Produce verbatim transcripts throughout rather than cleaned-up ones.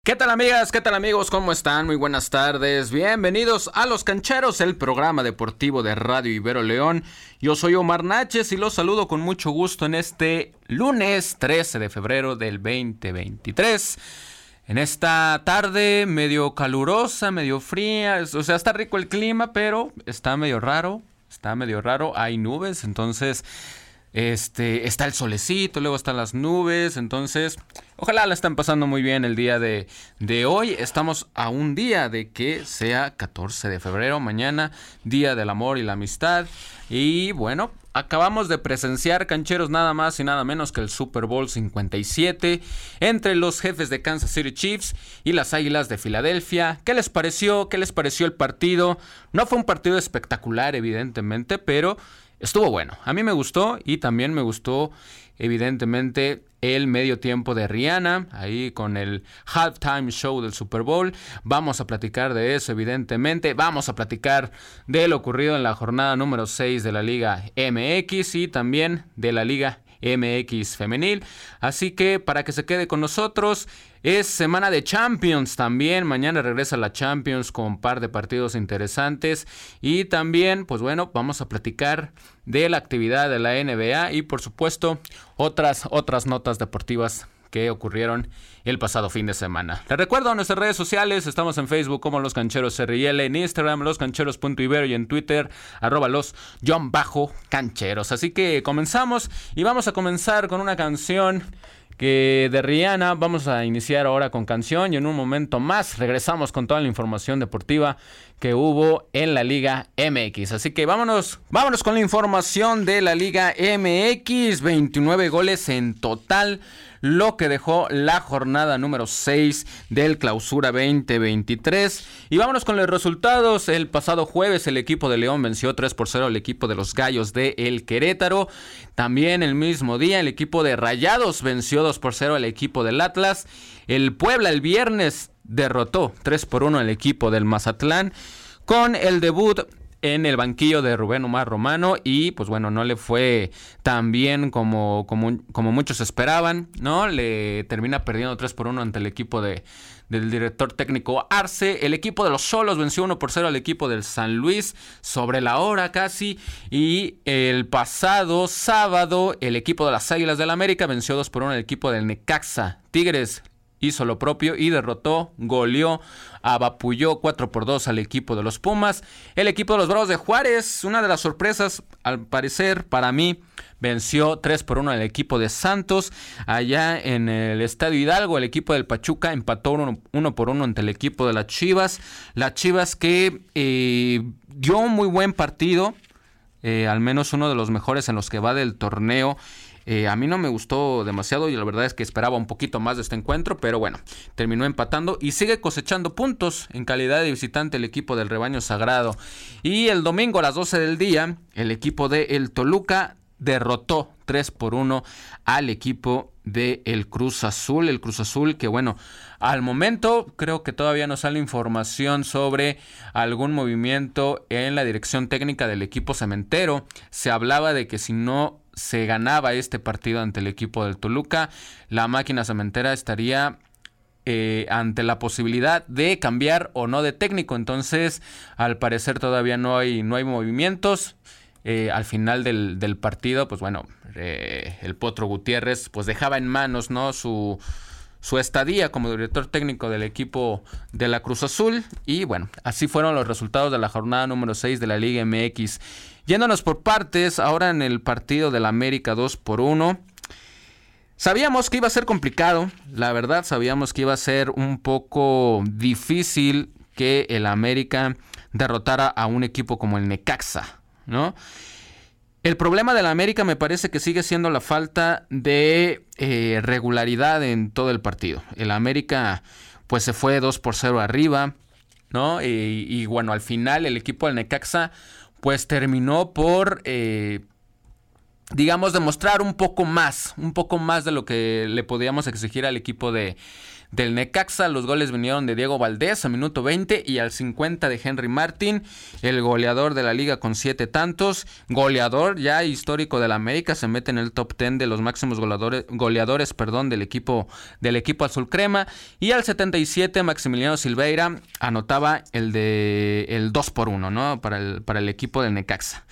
¿Qué tal amigas? ¿Qué tal amigos? ¿Cómo están? Muy buenas tardes. Bienvenidos a Los Cancheros, el programa deportivo de Radio Ibero León. Yo soy Omar Náchez y los saludo con mucho gusto en este lunes trece de febrero del veinte veintitrés. En esta tarde medio calurosa, medio fría, o sea, está rico el clima, pero está medio raro, está medio raro, hay nubes, entonces... Este, está el solecito, luego están las nubes, entonces ojalá la estén pasando muy bien el día de, de hoy. Estamos a un día de que sea catorce de febrero, mañana, Día del Amor y la Amistad. Y bueno, acabamos de presenciar, cancheros, nada más y nada menos que el Super Bowl cincuenta y siete entre los Jefes de Kansas City Chiefs y las Águilas de Filadelfia. ¿Qué les pareció? ¿Qué les pareció el partido? No fue un partido espectacular, evidentemente, pero... estuvo bueno, a mí me gustó y también me gustó evidentemente el medio tiempo de Rihanna, ahí con el halftime show del Super Bowl. Vamos a platicar de eso evidentemente, vamos a platicar de lo ocurrido en la jornada número seis de la Liga M X y también de la Liga M X femenil, así que para que se quede con nosotros, es semana de Champions también, mañana regresa la Champions con un par de partidos interesantes y también, pues bueno, vamos a platicar de la actividad de la N B A y por supuesto otras, otras notas deportivas que ocurrieron el pasado fin de semana. Les recuerdo nuestras redes sociales, estamos en Facebook como Los Cancheros R I L, en Instagram loscancheros.ibero y en Twitter arroba los John Bajo Cancheros. Así que comenzamos y vamos a comenzar con una canción que de Rihanna. Vamos a iniciar ahora con canción y en un momento más regresamos con toda la información deportiva que hubo en la Liga M X. Así que vámonos, vámonos con la información de la Liga M X. veintinueve goles en total, lo que dejó la jornada número seis del Clausura veinte veintitrés. Y vámonos con los resultados. El pasado jueves el equipo de León venció tres por cero al equipo de los Gallos de El Querétaro. También el mismo día el equipo de Rayados venció dos por cero al equipo del Atlas. El Puebla el viernes derrotó tres por uno al equipo del Mazatlán, con el debut en el banquillo de Rubén Omar Romano y pues bueno, no le fue tan bien como, como, como muchos esperaban, ¿no? Le termina perdiendo tres por uno ante el equipo de, del director técnico Arce. El equipo de los Xolos venció uno por cero al equipo del San Luis sobre la hora casi, y el pasado sábado el equipo de las Águilas del América venció dos por uno al equipo del Necaxa. Tigres hizo lo propio y derrotó, goleó, abapulló cuatro por dos al equipo de los Pumas. El equipo de los Bravos de Juárez, una de las sorpresas al parecer para mí, venció tres por uno al equipo de Santos. Allá en el Estadio Hidalgo el equipo del Pachuca empató uno por uno ante el equipo de las Chivas. Las Chivas que eh, dio un muy buen partido, eh, al menos uno de los mejores en los que va del torneo. Eh, a mí no me gustó demasiado y la verdad es que esperaba un poquito más de este encuentro, pero bueno, terminó empatando y sigue cosechando puntos en calidad de visitante el equipo del Rebaño Sagrado. Y el domingo a las doce del día, el equipo de el Toluca derrotó tres por uno al equipo de el Cruz Azul. El Cruz Azul que bueno, al momento creo que todavía no sale información sobre algún movimiento en la dirección técnica del equipo cementero. Se hablaba de que si no se ganaba este partido ante el equipo del Toluca, la máquina cementera estaría eh, ante la posibilidad de cambiar o no de técnico. Entonces, al parecer todavía no hay, no hay movimientos. Eh, al final del, del partido, pues bueno, eh, el Potro Gutiérrez pues dejaba en manos, ¿no?, su, su estadía como director técnico del equipo de la Cruz Azul. Y bueno, así fueron los resultados de la jornada número seis de la Liga M X. Yéndonos por partes, ahora en el partido del América dos por uno. Sabíamos que iba a ser complicado, la verdad, sabíamos que iba a ser un poco difícil que el América derrotara a un equipo como el Necaxa, ¿no? El problema de la América me parece que sigue siendo la falta de eh, regularidad en todo el partido. El América pues se fue dos por cero arriba, ¿no? Y, y bueno, al final el equipo del Necaxa pues terminó por, eh, digamos, demostrar un poco más, un poco más de lo que le podíamos exigir al equipo de, del Necaxa. Los goles vinieron de Diego Valdés a minuto veinte y al cincuenta de Henry Martin, el goleador de la liga con siete tantos, goleador ya histórico del América, se mete en el top diez de los máximos goleadores, goleadores perdón, del equipo del equipo azul crema. Y al setenta y siete Maximiliano Silveira anotaba el de el dos por uno, ¿no? Para el, para el equipo del Necaxa.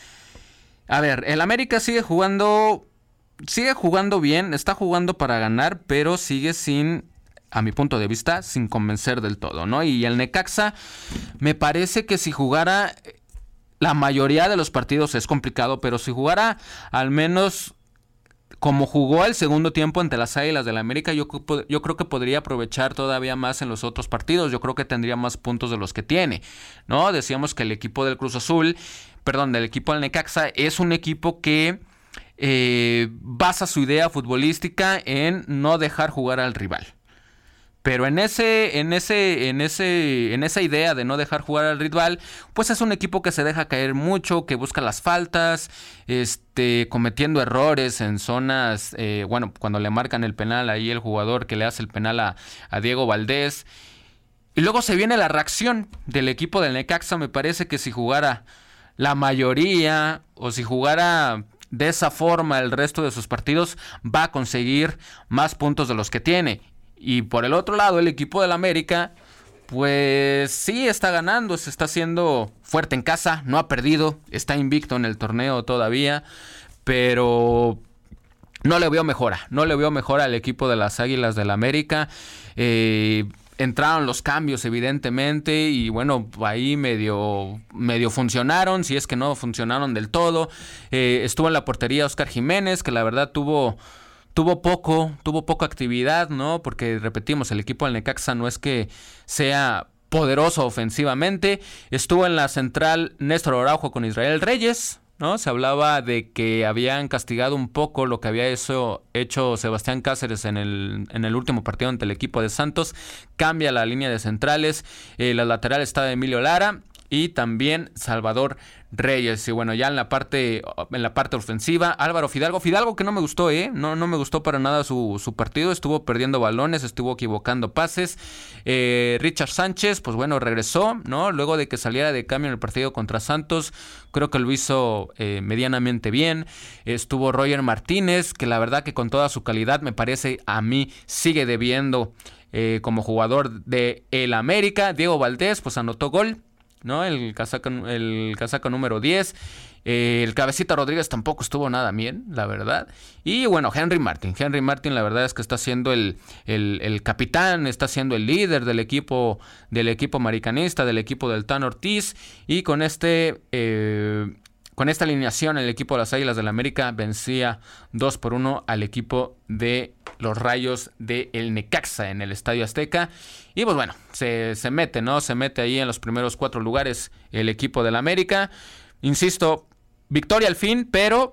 A ver, el América sigue jugando sigue jugando bien, está jugando para ganar, pero sigue sin, a mi punto de vista, sin convencer del todo, ¿no? Y el Necaxa, me parece que si jugara la mayoría de los partidos es complicado, pero si jugara al menos como jugó el segundo tiempo ante las Águilas del América, yo, yo creo que podría aprovechar todavía más en los otros partidos. Yo creo que tendría más puntos de los que tiene, ¿no? Decíamos que el equipo del Cruz Azul, perdón, del equipo del Necaxa, es un equipo que eh, basa su idea futbolística en no dejar jugar al rival. Pero en ese, en ese, en ese, en esa idea de no dejar jugar al rival, pues es un equipo que se deja caer mucho, que busca las faltas, este, cometiendo errores en zonas, eh, bueno, cuando le marcan el penal ahí el jugador que le hace el penal a, a Diego Valdés. Y luego se viene la reacción del equipo del Necaxa. Me parece que si jugara la mayoría o si jugara de esa forma el resto de sus partidos, va a conseguir más puntos de los que tiene. Y por el otro lado, el equipo del América, pues sí está ganando, se está haciendo fuerte en casa, no ha perdido, está invicto en el torneo todavía, pero no le veo mejora, no le veo mejora al equipo de las Águilas del América. Eh, entraron los cambios evidentemente y bueno, ahí medio, medio funcionaron, si es que no funcionaron del todo. Eh, estuvo en la portería Oscar Jiménez, que la verdad tuvo... Tuvo poco, tuvo poca actividad, ¿no? Porque, repetimos, el equipo del Necaxa no es que sea poderoso ofensivamente. Estuvo en la central Néstor Araujo con Israel Reyes, ¿no? Se hablaba de que habían castigado un poco lo que había eso, hecho Sebastián Cáceres en el, en el último partido ante el equipo de Santos. Cambia la línea de centrales. Eh, la lateral está Emilio Lara y también Salvador Reyes. Y bueno, ya en la parte en la parte ofensiva, Álvaro Fidalgo. Fidalgo que no me gustó, ¿eh? No, no me gustó para nada su, su partido. Estuvo perdiendo balones, estuvo equivocando pases. Eh, Richard Sánchez, pues bueno, regresó, ¿no? Luego de que saliera de cambio en el partido contra Santos, creo que lo hizo eh, medianamente bien. Estuvo Roger Martínez, que la verdad que con toda su calidad, me parece a mí, sigue debiendo eh, como jugador de el América. Diego Valdés, pues anotó gol, ¿no? El casaca, el casaca número diez. Eh, el Cabecita Rodríguez tampoco estuvo nada bien, la verdad. Y bueno, Henry Martin. Henry Martin, la verdad es que está siendo el, el, el capitán, está siendo el líder del equipo, del equipo americanista, del equipo del Tan Ortiz. Y con este. Eh, Con esta alineación, el equipo de las Águilas del América vencía dos por uno al equipo de los Rayos de el Necaxa en el Estadio Azteca. Y pues bueno, se, se mete, ¿no? Se mete ahí en los primeros cuatro lugares el equipo del América. Insisto, victoria al fin, pero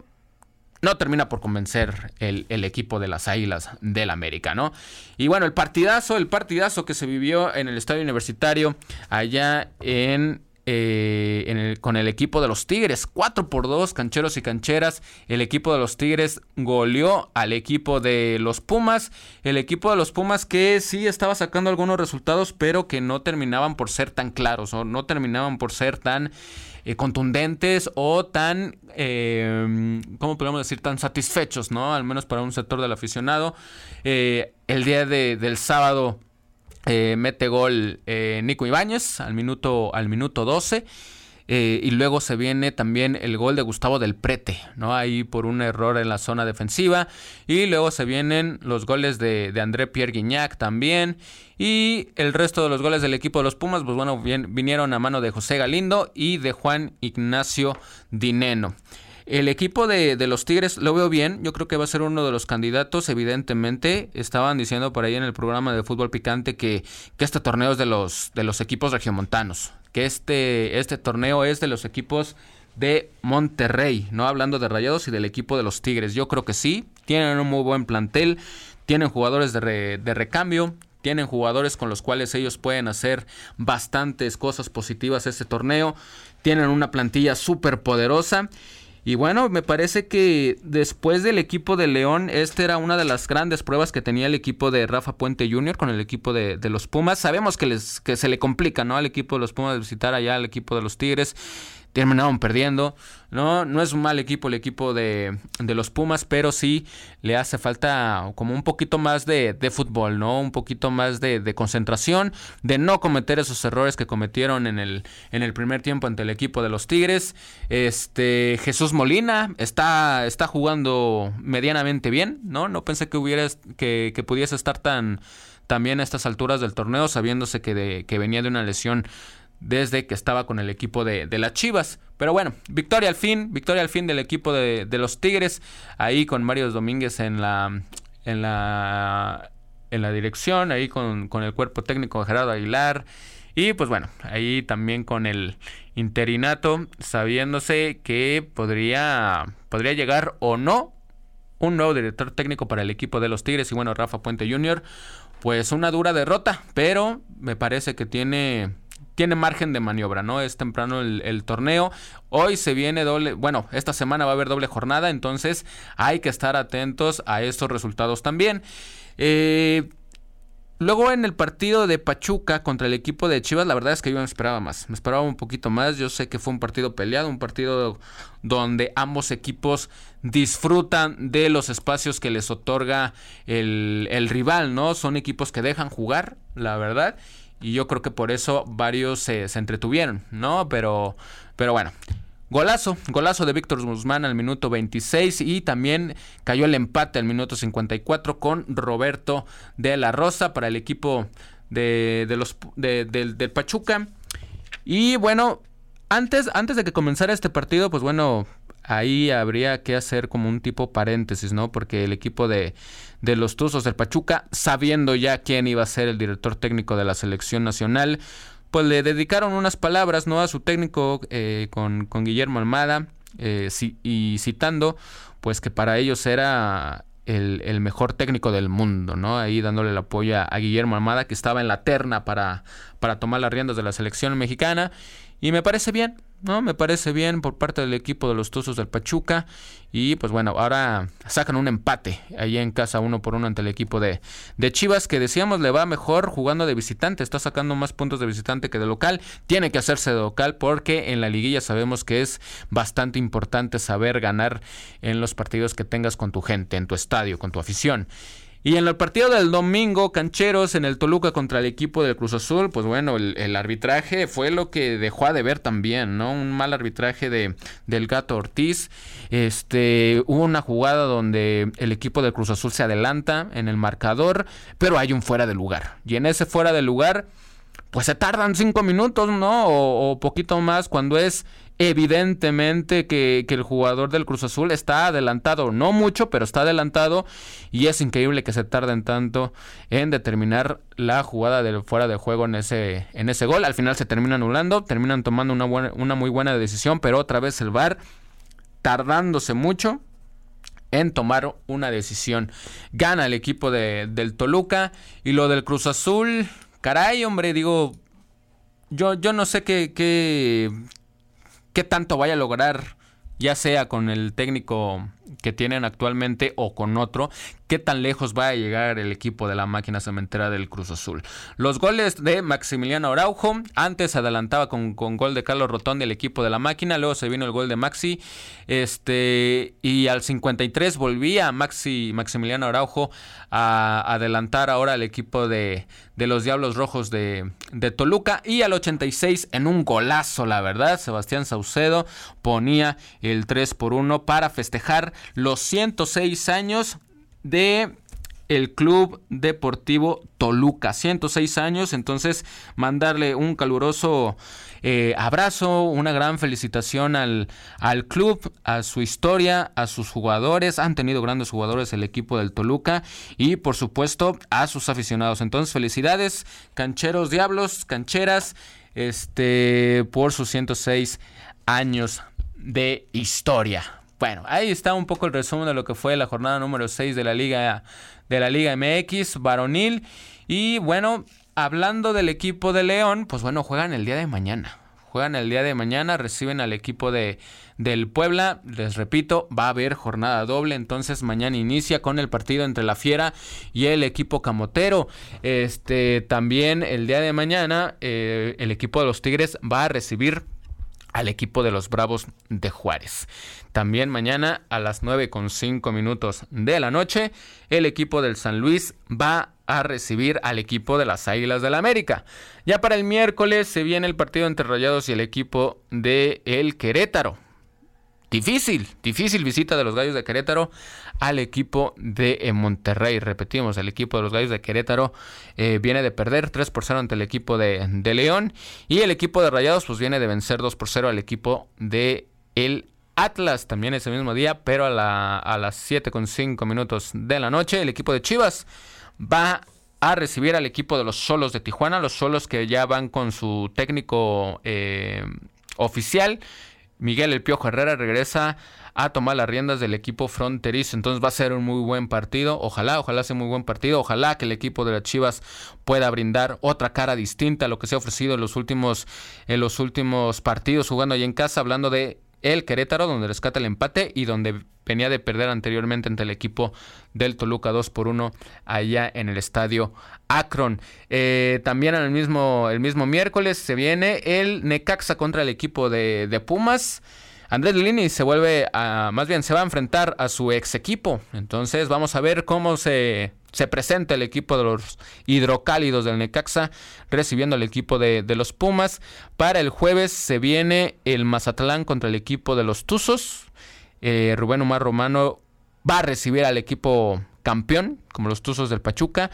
no termina por convencer el, el equipo de las Águilas del América, ¿no? Y bueno, el partidazo, el partidazo que se vivió en el Estadio Universitario allá en... Eh, en el, con el equipo de los Tigres, cuatro por dos, cancheros y cancheras. El equipo de los Tigres goleó al equipo de los Pumas. El equipo de los Pumas que sí estaba sacando algunos resultados, pero que no terminaban por ser tan claros, o no terminaban por ser tan eh, contundentes o tan, eh, ¿cómo podemos decir? Tan satisfechos, ¿no? Al menos para un sector del aficionado. Eh, el día de, del sábado Eh, mete gol eh, Nico Ibáñez al minuto, al minuto doce. Eh, y luego se viene también el gol de Gustavo del Prete, ¿no? Ahí por un error en la zona defensiva. Y luego se vienen los goles de, de André Pierre Guignac también. Y el resto de los goles del equipo de los Pumas, pues bueno, bien, vinieron a mano de José Galindo y de Juan Ignacio Dineno. El equipo de, de los Tigres lo veo bien, yo creo que va a ser uno de los candidatos, evidentemente. Estaban diciendo por ahí en el programa de Fútbol Picante que, que este torneo es de los, de los equipos regiomontanos, que este, este torneo es de los equipos de Monterrey, no hablando de Rayados y del equipo de los Tigres. Yo creo que sí, tienen un muy buen plantel, tienen jugadores de, re, de recambio, tienen jugadores con los cuales ellos pueden hacer bastantes cosas positivas este torneo, tienen una plantilla súper poderosa. Y bueno, me parece que después del equipo de León, esta era una de las grandes pruebas que tenía el equipo de Rafa Puente junior con el equipo de, de los Pumas. Sabemos que, les, que se le complica, ¿no?, al equipo de los Pumas visitar allá al equipo de los Tigres. Terminaron perdiendo, ¿no? No es un mal equipo el equipo de, de los Pumas, pero sí le hace falta como un poquito más de, de fútbol, ¿no? Un poquito más de, de concentración, de no cometer esos errores que cometieron en el, en el primer tiempo ante el equipo de los Tigres. Este Jesús Molina está, está jugando medianamente bien, ¿no? No pensé que hubiera que, que pudiese estar tan, tan bien a estas alturas del torneo, sabiéndose que, de, que venía de una lesión desde que estaba con el equipo de, de las Chivas. Pero bueno, victoria al fin, victoria al fin del equipo de, de los Tigres, ahí con Mario Domínguez en la en la en la dirección, ahí con, con el cuerpo técnico de Gerardo Aguilar, y pues bueno, ahí también con el interinato, sabiéndose que podría podría llegar o no un nuevo director técnico para el equipo de los Tigres. Y bueno, Rafa Puente junior, pues una dura derrota, pero me parece que tiene Tiene margen de maniobra, ¿no? Es temprano el, el torneo. Hoy se viene doble... Bueno, esta semana va a haber doble jornada, entonces hay que estar atentos a estos resultados también. Eh... Luego en el partido de Pachuca contra el equipo de Chivas, la verdad es que yo me esperaba más. Me esperaba un poquito más. Yo sé que fue un partido peleado, un partido donde ambos equipos disfrutan de los espacios que les otorga el, el rival, ¿no? Son equipos que dejan jugar, la verdad. Y yo creo que por eso varios se, se entretuvieron, ¿no? Pero, pero bueno, golazo, golazo de Víctor Guzmán al minuto veintiséis, y también cayó el empate al minuto cincuenta y cuatro con Roberto de la Rosa para el equipo de, de los de, de, de Pachuca. Y bueno, antes, antes de que comenzara este partido, pues bueno, ahí habría que hacer como un tipo paréntesis, ¿no? Porque el equipo de, de los Tuzos del Pachuca, sabiendo ya quién iba a ser el director técnico de la selección nacional, pues le dedicaron unas palabras, ¿no?, a su técnico eh, con, con Guillermo Almada, eh, si, y citando, pues que para ellos era el, el mejor técnico del mundo, ¿no? Ahí dándole el apoyo a, a Guillermo Almada, que estaba en la terna para, para tomar las riendas de la selección mexicana. Y me parece bien, ¿no? Me parece bien por parte del equipo de los Tuzos del Pachuca. Y pues bueno, ahora sacan un empate ahí en casa, uno por uno ante el equipo de, de Chivas, que decíamos le va mejor jugando de visitante. Está sacando más puntos de visitante que de local. Tiene que hacerse de local porque en la liguilla sabemos que es bastante importante saber ganar en los partidos que tengas con tu gente, en tu estadio, con tu afición. Y en el partido del domingo, cancheros, en el Toluca contra el equipo del Cruz Azul, pues bueno, el, el arbitraje fue lo que dejó a deber también, ¿no? Un mal arbitraje de, del Gato Ortiz. Este, hubo una jugada donde el equipo del Cruz Azul se adelanta en el marcador, pero hay un fuera de lugar. Y en ese fuera de lugar, pues se tardan cinco minutos, ¿no? O, o poquito más, cuando es evidentemente que, que el jugador del Cruz Azul está adelantado, no mucho, pero está adelantado, y es increíble que se tarden tanto en determinar la jugada del fuera de juego en ese, en ese gol. Al final se termina anulando, terminan tomando una, buena, una muy buena decisión, pero otra vez el V A R tardándose mucho en tomar una decisión. Gana el equipo de, del Toluca. Y lo del Cruz Azul, caray, hombre, digo, yo, yo no sé qué, qué, qué tanto vaya a lograr, ya sea con el técnico que tienen actualmente o con otro, qué tan lejos va a llegar el equipo de la máquina cementera del Cruz Azul. Los goles de Maximiliano Araujo, antes se adelantaba con, con gol de Carlos Rotondi el equipo de la máquina, luego se vino el gol de Maxi, este y al cincuenta y tres volvía Maxi, Maximiliano Araujo a adelantar ahora al equipo de, de los Diablos Rojos de, de Toluca, y al ochenta y seis en un golazo, la verdad, Sebastián Saucedo ponía el tres por uno para festejar los ciento seis años de el Club Deportivo Toluca. ciento seis años, entonces mandarle un caluroso eh, abrazo, una gran felicitación al, al club, a su historia, a sus jugadores. Han tenido grandes jugadores el equipo del Toluca, y por supuesto a sus aficionados. Entonces felicidades, cancheros, diablos, cancheras, este por sus ciento seis años de historia. Bueno, ahí está un poco el resumen de lo que fue la jornada número seis de la Liga de la Liga M X varonil. Y bueno, hablando del equipo de León, pues bueno, juegan el día de mañana. Juegan el día de mañana, reciben al equipo de del Puebla. Les repito, va a haber jornada doble, entonces mañana inicia con el partido entre la Fiera y el equipo camotero. Este también el día de mañana eh, el equipo de los Tigres va a recibir al equipo de los Bravos de Juárez. También mañana a las nueve con cinco minutos de la noche, el equipo del San Luis va a recibir al equipo de las Águilas del América. Ya para el miércoles se viene el partido entre Rayados y el equipo de el Querétaro. Difícil, difícil visita de los Gallos de Querétaro al equipo de eh, Monterrey. Repetimos, el equipo de los Gallos de Querétaro eh, viene de perder tres por cero ante el equipo de, de León. Y el equipo de Rayados pues viene de vencer dos por cero al equipo de el Atlas, también ese mismo día, pero a, la, a las siete con cinco minutos de la noche. El equipo de Chivas va a recibir al equipo de los Xolos de Tijuana. Los Xolos que ya van con su técnico eh, oficial. Miguel El Piojo Herrera regresa a tomar las riendas del equipo fronterizo, entonces va a ser un muy buen partido, ojalá, ojalá sea un muy buen partido, ojalá que el equipo de las Chivas pueda brindar otra cara distinta a lo que se ha ofrecido en los últimos, en los últimos partidos jugando allí en casa, hablando de el Querétaro, donde rescata el empate y donde venía de perder anteriormente ante el equipo del Toluca dos por uno allá en el estadio Akron. Eh, también en el mismo, el mismo miércoles se viene el Necaxa contra el equipo de, de Pumas. Andrés Lilini se vuelve a, más bien se va a enfrentar a su ex equipo. Entonces vamos a ver cómo se, se presenta el equipo de los hidrocálidos del Necaxa recibiendo al equipo de, de los Pumas. Para el jueves se viene el Mazatlán contra el equipo de los Tuzos. Eh, Rubén Omar Romano va a recibir al equipo campeón, como los Tuzos del Pachuca.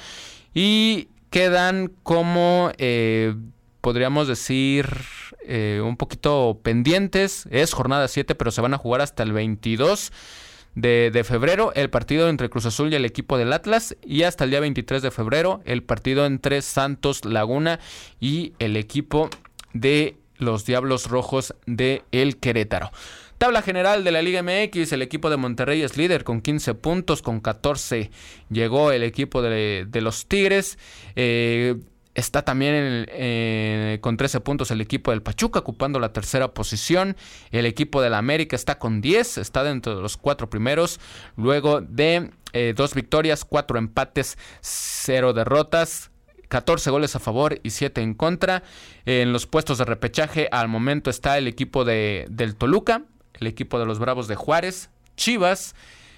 Y quedan como, eh, podríamos decir, eh, un poquito pendientes. Es jornada siete, pero se van a jugar hasta el veintidós de, de febrero. El partido entre Cruz Azul y el equipo del Atlas. Y hasta el día veintitrés de febrero, el partido entre Santos Laguna y el equipo de los Diablos Rojos de el Querétaro. Tabla general de la Liga M X, el equipo de Monterrey es líder con quince puntos, con catorce llegó el equipo de, de los Tigres, eh, está también en, eh, con trece puntos el equipo del Pachuca ocupando la tercera posición, el equipo de la América está con diez, está dentro de los cuatro primeros, luego de eh, dos victorias, cuatro empates, cero derrotas, catorce goles a favor y siete en contra. En los puestos de repechaje al momento está el equipo de, del Toluca, el equipo de los Bravos de Juárez, Chivas,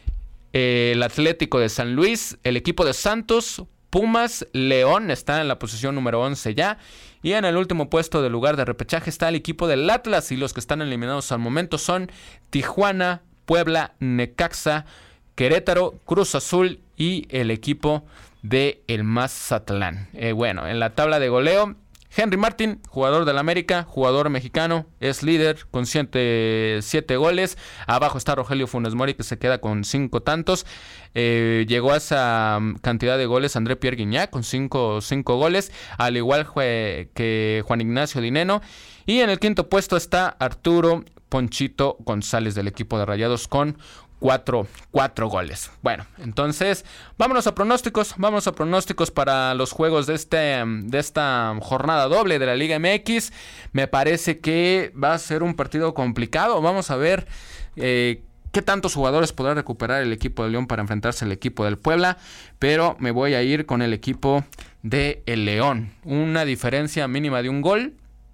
eh, el Atlético de San Luis, el equipo de Santos, Pumas, León está en la posición número once ya. Y en el último puesto del lugar de repechaje está el equipo del Atlas. Y los que están eliminados al momento son Tijuana, Puebla, Necaxa, Querétaro, Cruz Azul y el equipo de el Mazatlán. Eh, bueno, en la tabla de goleo, Henry Martin, jugador del América, jugador mexicano, es líder con siete, siete goles. Abajo está Rogelio Funes Mori, que se queda con cinco tantos. Eh, llegó a esa cantidad de goles André Pierre Guignac con cinco, cinco goles, al igual jue, que Juan Ignacio Dineno. Y en el quinto puesto está Arturo Ponchito González del equipo de Rayados con Cuatro, cuatro goles. Bueno, entonces vámonos a pronósticos. Vamos a pronósticos para los juegos de este de esta jornada doble de la Liga M X. Me parece que va a ser un partido complicado. Vamos a ver eh, qué tantos jugadores podrá recuperar el equipo de León para enfrentarse al equipo del Puebla. Pero me voy a ir con el equipo de el León. Una diferencia mínima de un gol.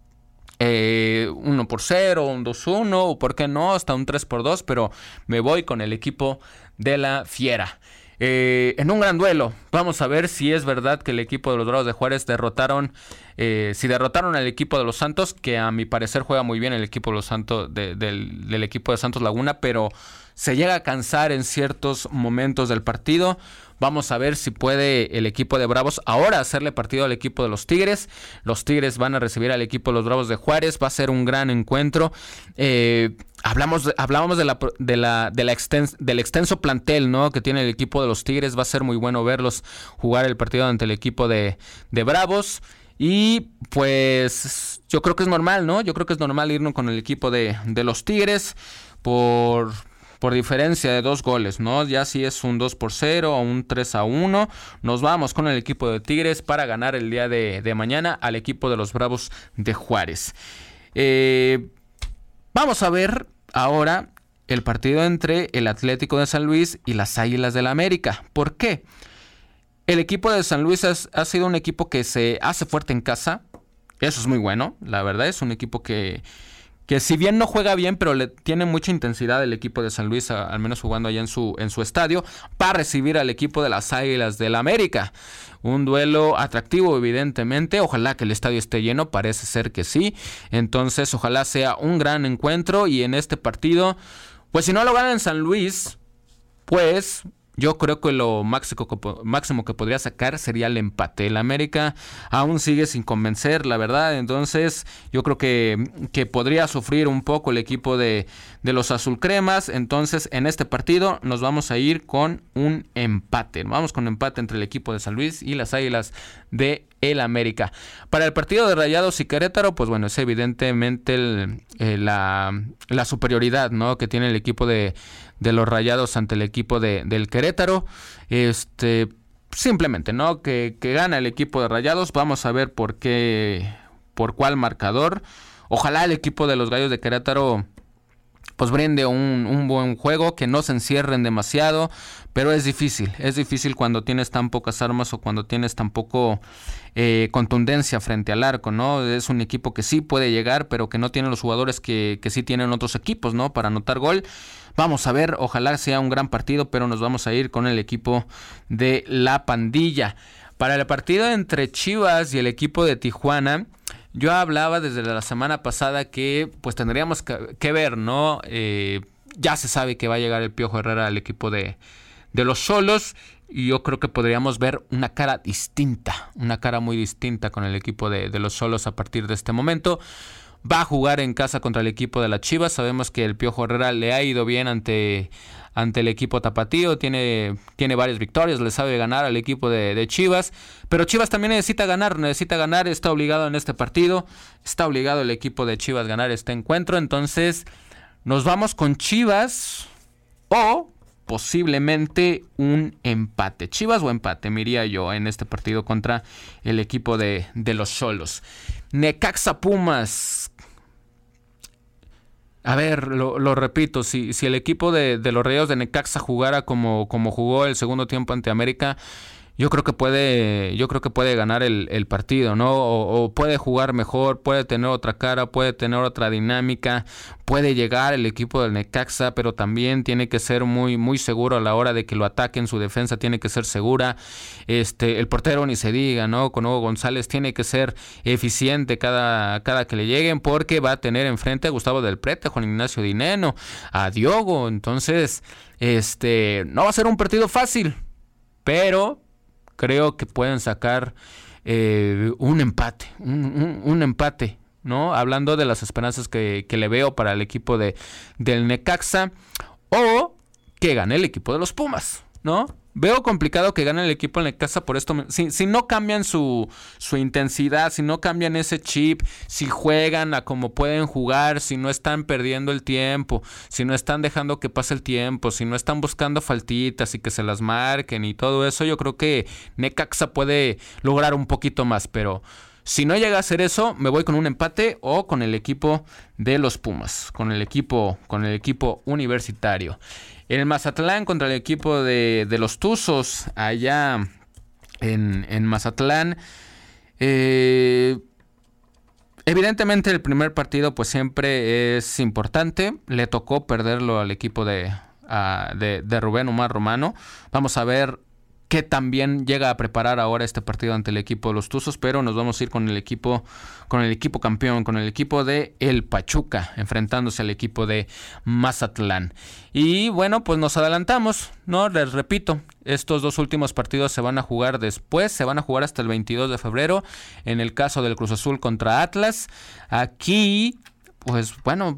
Eh, uno por cero, un dos uno, o por qué no, hasta un tres por dos, pero me voy con el equipo de la Fiera. Eh, en un gran duelo, vamos a ver si es verdad que el equipo de los Dorados de Juárez derrotaron, eh, si derrotaron al equipo de los Santos, que a mi parecer juega muy bien el equipo de los Santos, de, del, del equipo de Santos Laguna, pero se llega a cansar en ciertos momentos del partido. Vamos a ver si puede el equipo de Bravos ahora hacerle partido al equipo de los Tigres. Los Tigres van a recibir al equipo de los Bravos de Juárez. Va a ser un gran encuentro. Eh, hablamos de, hablábamos de la, de la, de la extens, del extenso plantel, ¿no?, que tiene el equipo de los Tigres. Va a ser muy bueno verlos jugar el partido ante el equipo de, de Bravos. Y pues yo creo que es normal, ¿no? Yo creo que es normal irnos con el equipo de, de los Tigres por... por diferencia de dos goles, ¿no? Ya si es un dos por cero o un tres a uno, nos vamos con el equipo de Tigres para ganar el día de, de mañana al equipo de los Bravos de Juárez. Eh, vamos a ver ahora el partido entre el Atlético de San Luis y las Águilas del América. ¿Por qué? El equipo de San Luis es, ha sido un equipo que se hace fuerte en casa. Eso es muy bueno, la verdad. Es un equipo que, que si bien no juega bien, pero le tiene mucha intensidad el equipo de San Luis, a, al menos jugando allá en su, en su estadio, para recibir al equipo de las Águilas del América. Un duelo atractivo, evidentemente. Ojalá que el estadio esté lleno, parece ser que sí. Entonces, ojalá sea un gran encuentro. Y en este partido, pues si no lo ganan en San Luis, pues yo creo que lo máximo que, máximo que podría sacar sería el empate. El América aún sigue sin convencer, la verdad. Entonces yo creo que, que podría sufrir un poco el equipo de, de los azulcremas. Entonces en este partido nos vamos a ir con un empate. Vamos con un empate entre el equipo de San Luis y las Águilas de el América. Para el partido de Rayados y Querétaro, pues bueno, es evidentemente el, eh, la, la superioridad, ¿no?, que tiene el equipo de, de los Rayados ante el equipo de, del Querétaro. Este, simplemente, ¿no?, que, que gana el equipo de Rayados. Vamos a ver por qué, por cuál marcador. Ojalá el equipo de los Gallos de Querétaro pues brinde un, un buen juego, que no se encierren demasiado, pero es difícil, es difícil cuando tienes tan pocas armas o cuando tienes tan poco eh, contundencia frente al arco, ¿no? Es un equipo que sí puede llegar, pero que no tiene los jugadores que, que sí tienen otros equipos, ¿no?, para anotar gol. Vamos a ver, ojalá sea un gran partido, pero nos vamos a ir con el equipo de la Pandilla. Para el partido entre Chivas y el equipo de Tijuana, yo hablaba desde la semana pasada que pues tendríamos que, que ver, ¿no? Eh, ya se sabe que va a llegar el Piojo Herrera al equipo de, de los Xolos, y yo creo que podríamos ver una cara distinta, una cara muy distinta con el equipo de, de los Xolos a partir de este momento. Va a jugar en casa contra el equipo de las Chivas. Sabemos que el Piojo Herrera le ha ido bien ante, ante el equipo tapatío. Tiene, tiene varias victorias, le sabe ganar al equipo de, de Chivas. Pero Chivas también necesita ganar, necesita ganar. Está obligado en este partido. Está obligado el equipo de Chivas a ganar este encuentro. Entonces nos vamos con Chivas o posiblemente un empate. Chivas o empate, me iría yo en este partido contra el equipo de, de los Xolos. Necaxa Pumas. A ver, lo, lo repito, si, si el equipo de, de los Rayados de Necaxa jugara como, como jugó el segundo tiempo ante América, yo creo que puede, yo creo que puede ganar el, el partido, ¿no? O, o puede jugar mejor, puede tener otra cara, puede tener otra dinámica, puede llegar el equipo del Necaxa, pero también tiene que ser muy, muy seguro a la hora de que lo ataquen. Su defensa tiene que ser segura. Este, el portero ni se diga, ¿no? Con Hugo González tiene que ser eficiente cada, cada que le lleguen, porque va a tener enfrente a Gustavo del Prete, a Juan Ignacio Dineno, a Diogo. Entonces, este, no va a ser un partido fácil, pero creo que pueden sacar eh, un empate, un, un, un empate, ¿no? Hablando de las esperanzas que, que le veo para el equipo de, del Necaxa, o que gane el equipo de los Pumas, ¿no? Veo complicado que gane el equipo del Necaxa por esto. Si, si no cambian su, su intensidad, si no cambian ese chip, si juegan a como pueden jugar, si no están perdiendo el tiempo, si no están dejando que pase el tiempo, si no están buscando faltitas y que se las marquen y todo eso, yo creo que Necaxa puede lograr un poquito más, pero si no llega a hacer eso, me voy con un empate o con el equipo de los Pumas, con el equipo, con el equipo universitario. El Mazatlán contra el equipo de, de los Tuzos allá en, en Mazatlán. Eh, evidentemente el primer partido pues siempre es importante. Le tocó perderlo al equipo de, uh, de, de Rubén Omar Romano. Vamos a ver que también llega a preparar ahora este partido ante el equipo de los Tuzos, pero nos vamos a ir con el equipo, con el equipo campeón, con el equipo de el Pachuca, enfrentándose al equipo de Mazatlán. Y bueno, pues nos adelantamos, ¿no? Les repito, estos dos últimos partidos se van a jugar después, se van a jugar hasta el veintidós de febrero, en el caso del Cruz Azul contra Atlas. Aquí, pues bueno,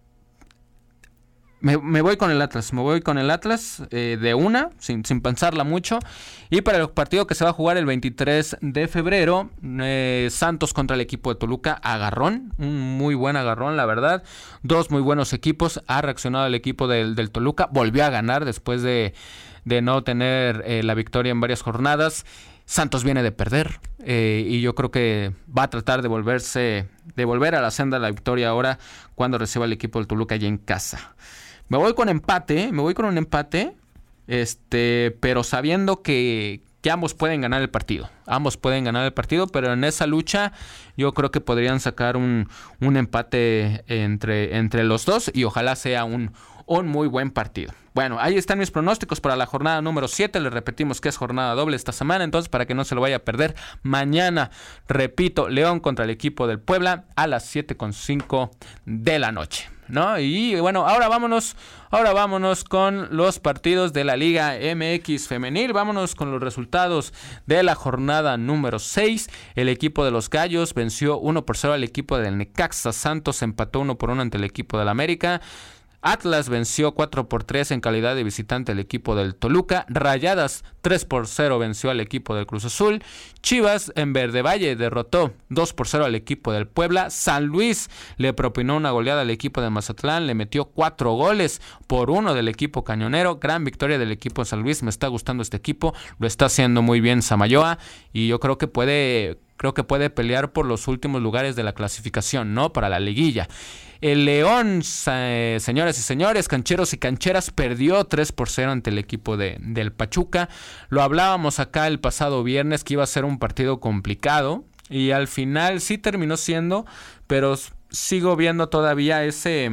Me, me voy con el Atlas, me voy con el Atlas eh, de una, sin, sin pensarla mucho. Y para el partido que se va a jugar el veintitrés de febrero, eh, Santos contra el equipo de Toluca, agarrón, un muy buen agarrón, la verdad. Dos muy buenos equipos, ha reaccionado el equipo del, del Toluca, volvió a ganar después de, de no tener eh, la victoria en varias jornadas. Santos viene de perder, eh, y yo creo que va a tratar de volverse, de volver a la senda de la victoria ahora cuando reciba el equipo del Toluca allá en casa. Me voy con empate, me voy con un empate, este, pero sabiendo que, que ambos pueden ganar el partido. Ambos pueden ganar el partido, pero en esa lucha yo creo que podrían sacar un, un empate entre, entre los dos y ojalá sea un, un muy buen partido. Bueno, ahí están mis pronósticos para la jornada número siete. Les repetimos que es jornada doble esta semana, entonces para que no se lo vaya a perder. Mañana, repito, León contra el equipo del Puebla a las siete con cinco de la noche, ¿no? Y bueno, ahora vámonos, ahora vámonos con los partidos de la Liga M X Femenil. Vámonos con los resultados de la jornada número seis. El equipo de los Gallos venció uno por cero al equipo del Necaxa. Santos empató uno por uno ante el equipo del América. Atlas venció cuatro por tres en calidad de visitante al equipo del Toluca. Rayadas tres por cero venció al equipo del Cruz Azul. Chivas en Verde Valle derrotó dos por cero al equipo del Puebla. San Luis le propinó una goleada al equipo de Mazatlán. Le metió cuatro goles por uno del equipo cañonero. Gran victoria del equipo de San Luis. Me está gustando este equipo. Lo está haciendo muy bien Samayoa. Y yo creo que puede... Creo que puede pelear por los últimos lugares de la clasificación, ¿no? Para la liguilla. El León, eh, señoras y señores, cancheros y cancheras, perdió tres por cero ante el equipo de, del Pachuca. Lo hablábamos acá el pasado viernes que iba a ser un partido complicado. Y al final sí terminó siendo, pero sigo viendo todavía ese...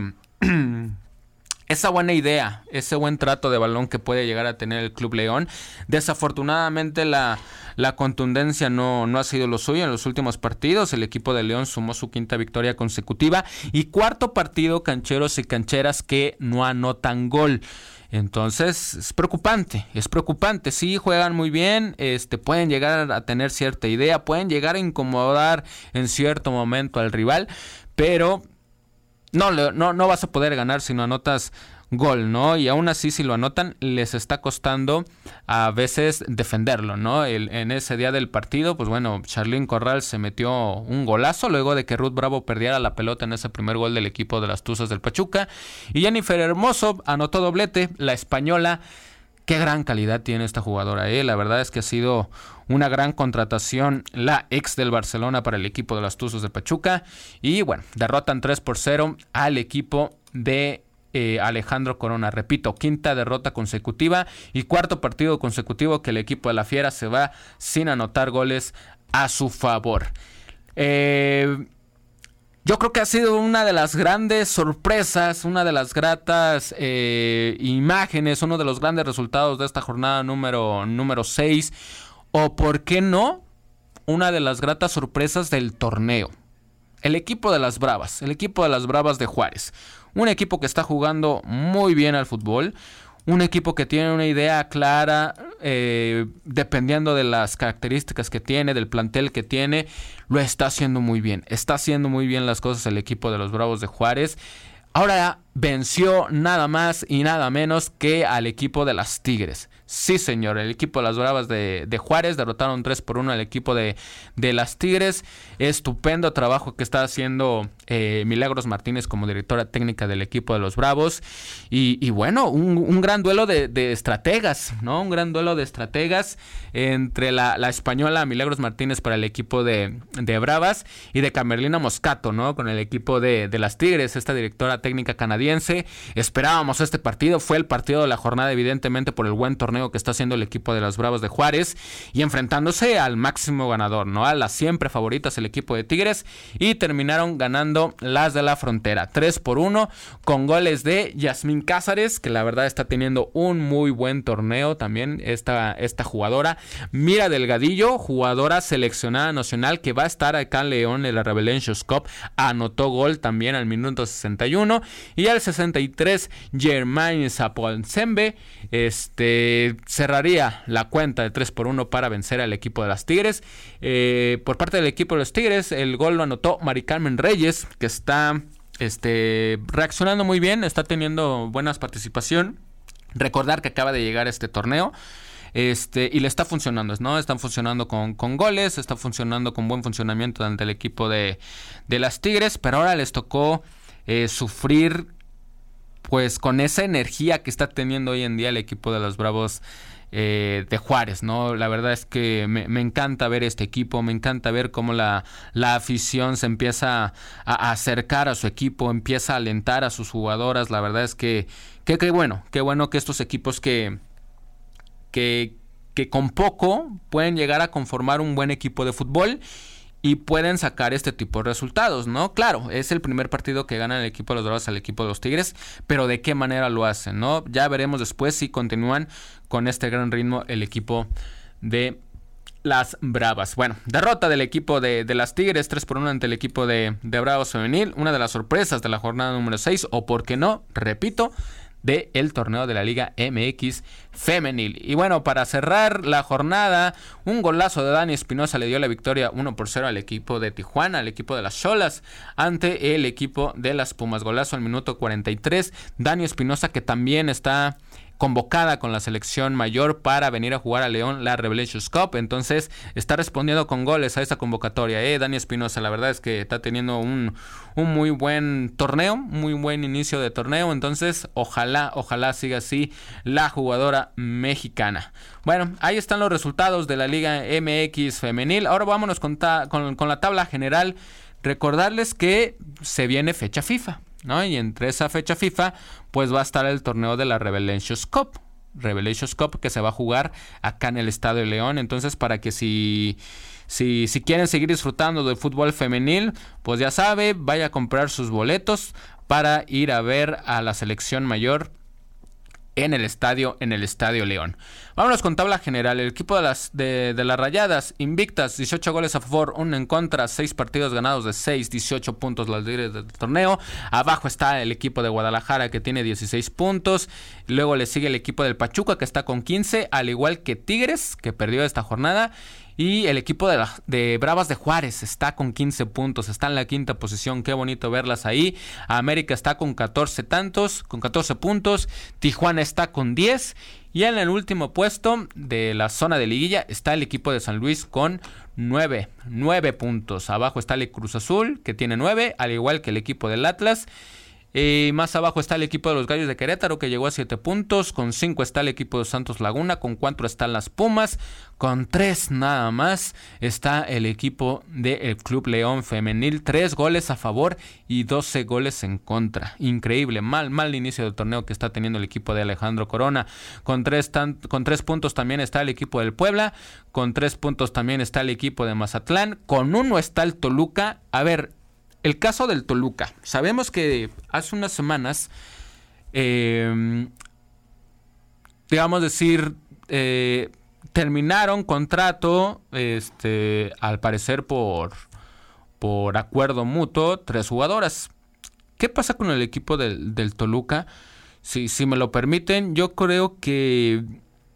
esa buena idea, ese buen trato de balón que puede llegar a tener el Club León. Desafortunadamente la, la contundencia no, no ha sido lo suyo en los últimos partidos. El equipo de León sumó su quinta victoria consecutiva y cuarto partido, cancheros y cancheras, que no anotan gol. Entonces es preocupante, es preocupante. Sí, juegan muy bien, este, pueden llegar a tener cierta idea, pueden llegar a incomodar en cierto momento al rival, pero No, no, no vas a poder ganar si no anotas gol, ¿no? Y aún así, si lo anotan, les está costando a veces defenderlo, ¿no? El, en ese día del partido, pues bueno, Charlín Corral se metió un golazo luego de que Ruth Bravo perdiera la pelota en ese primer gol del equipo de las Tuzas del Pachuca. Y Jennifer Hermoso anotó doblete, la española. Qué gran calidad tiene esta jugadora, ¿eh? La verdad es que ha sido una gran contratación la ex del Barcelona para el equipo de las Tuzas de Pachuca. Y bueno, derrotan tres por cero al equipo de eh, Alejandro Corona. Repito, quinta derrota consecutiva y cuarto partido consecutivo que el equipo de la Fiera se va sin anotar goles a su favor. Eh... Yo creo que ha sido una de las grandes sorpresas, una de las gratas eh, imágenes, uno de los grandes resultados de esta jornada número, número seis, o por qué no, una de las gratas sorpresas del torneo. El equipo de las Bravas, el equipo de las Bravas de Juárez, un equipo que está jugando muy bien al fútbol, un equipo que tiene una idea clara, eh, dependiendo de las características que tiene, del plantel que tiene, lo está haciendo muy bien. Está haciendo muy bien las cosas el equipo de los Bravos de Juárez. Ahora venció nada más y nada menos que al equipo de las Tigres. Sí, señor, el equipo de las Bravas de, de Juárez derrotaron tres por uno al equipo de, de las Tigres. Estupendo trabajo que está haciendo eh, Milagros Martínez como directora técnica del equipo de los Bravos. Y, y bueno, un, un gran duelo de, de estrategas, ¿no? Un gran duelo de estrategas entre la, la española Milagros Martínez para el equipo de, de Bravas y de Camerlina Moscato, ¿no? Con el equipo de, de las Tigres, esta directora técnica canadiense. Esperábamos este partido, fue el partido de la jornada, evidentemente, por el buen torneo que está haciendo el equipo de las Bravas de Juárez y enfrentándose al máximo ganador, ¿no? A las siempre favoritas, el equipo de Tigres, y terminaron ganando las de la Frontera tres por uno con goles de Yasmín Cázares, que la verdad está teniendo un muy buen torneo también esta, esta jugadora. Mira Delgadillo, jugadora seleccionada nacional que va a estar acá en León en la Revelations Cup, anotó gol también al minuto sesenta y uno, y al sesenta y tres Germain Zaponzembe este cerraría la cuenta de tres por uno para vencer al equipo de las Tigres. Eh, por parte del equipo de los Tigres, el gol lo anotó Mari Carmen Reyes, que está este, reaccionando muy bien, está teniendo buena participación. Recordar que acaba de llegar a este torneo. Este, y le está funcionando, ¿no? Están funcionando con, con goles, está funcionando con buen funcionamiento ante el equipo de, de las Tigres, pero ahora les tocó eh, sufrir pues con esa energía que está teniendo hoy en día el equipo de los Bravos eh, de Juárez, ¿no? La verdad es que me, me encanta ver este equipo, me encanta ver cómo la, la afición se empieza a, a acercar a su equipo, empieza a alentar a sus jugadoras. La verdad es que qué que bueno, qué bueno que estos equipos que, que, que con poco pueden llegar a conformar un buen equipo de fútbol y pueden sacar este tipo de resultados, ¿no? Claro, es el primer partido que gana el equipo de los Dorados al equipo de los Tigres, pero ¿de qué manera lo hacen, no? Ya veremos después si continúan con este gran ritmo el equipo de las Bravas. Bueno, derrota del equipo de, de las Tigres, tres por uno ante el equipo de, de Bravos femenil, una de las sorpresas de la jornada número seis, o por qué no, repito, de el torneo de la Liga M X femenil. Y bueno, para cerrar la jornada, un golazo de Dani Espinosa le dio la victoria uno por cero al equipo de Tijuana, al equipo de las Xolas, ante el equipo de las Pumas. Golazo al minuto cuarenta y tres. Dani Espinosa, que también está convocada con la selección mayor para venir a jugar a León la Revelations Cup, entonces está respondiendo con goles a esa convocatoria, eh, Dani Espinosa. La verdad es que está teniendo un, un muy buen torneo, muy buen inicio de torneo, entonces ojalá, ojalá siga así la jugadora mexicana. Bueno, ahí están los resultados de la Liga M X femenil. Ahora vámonos con, ta- con, con la tabla general. Recordarles que se viene fecha FIFA, ¿no? Y entre esa fecha FIFA, pues va a estar el torneo de la Revelations Cup. Revelations Cup que se va a jugar acá en el Estadio de León. Entonces, para que si, si, si quieren seguir disfrutando del fútbol femenil, pues ya sabe, vaya a comprar sus boletos para ir a ver a la selección mayor en el estadio, en el Estadio León. Vámonos con tabla general. El equipo de las, de, de las Rayadas, invictas, dieciocho goles a favor, uno en contra, seis partidos ganados de seis, dieciocho puntos los líderes del torneo. Abajo está el equipo de Guadalajara, que tiene dieciséis puntos. Luego le sigue el equipo del Pachuca, que está con quince, al igual que Tigres, que perdió esta jornada. Y el equipo de, la, de Bravas de Juárez está con quince puntos, está en la quinta posición, qué bonito verlas ahí. América está con catorce tantos, con catorce puntos. Tijuana está con diez. Y en el último puesto de la zona de liguilla está el equipo de San Luis con nueve, nueve puntos. Abajo está el Cruz Azul, que tiene nueve, al igual que el equipo del Atlas. Y más abajo está el equipo de los Gallos de Querétaro, que llegó a siete puntos. Con cinco está el equipo de Santos Laguna. Con cuatro están las Pumas. Con tres nada más está el equipo del Club León Femenil. tres goles a favor y doce goles en contra. Increíble, mal, mal inicio del torneo que está teniendo el equipo de Alejandro Corona. Con tres, tan, con tres puntos también está el equipo del Puebla. Con tres puntos también está el equipo de Mazatlán. Con uno está el Toluca. A ver, el caso del Toluca. Sabemos que hace unas semanas, eh, digamos decir, eh, terminaron contrato, este, al parecer por, por acuerdo mutuo, tres jugadoras. ¿Qué pasa con el equipo del, del Toluca? Si, si me lo permiten, yo creo que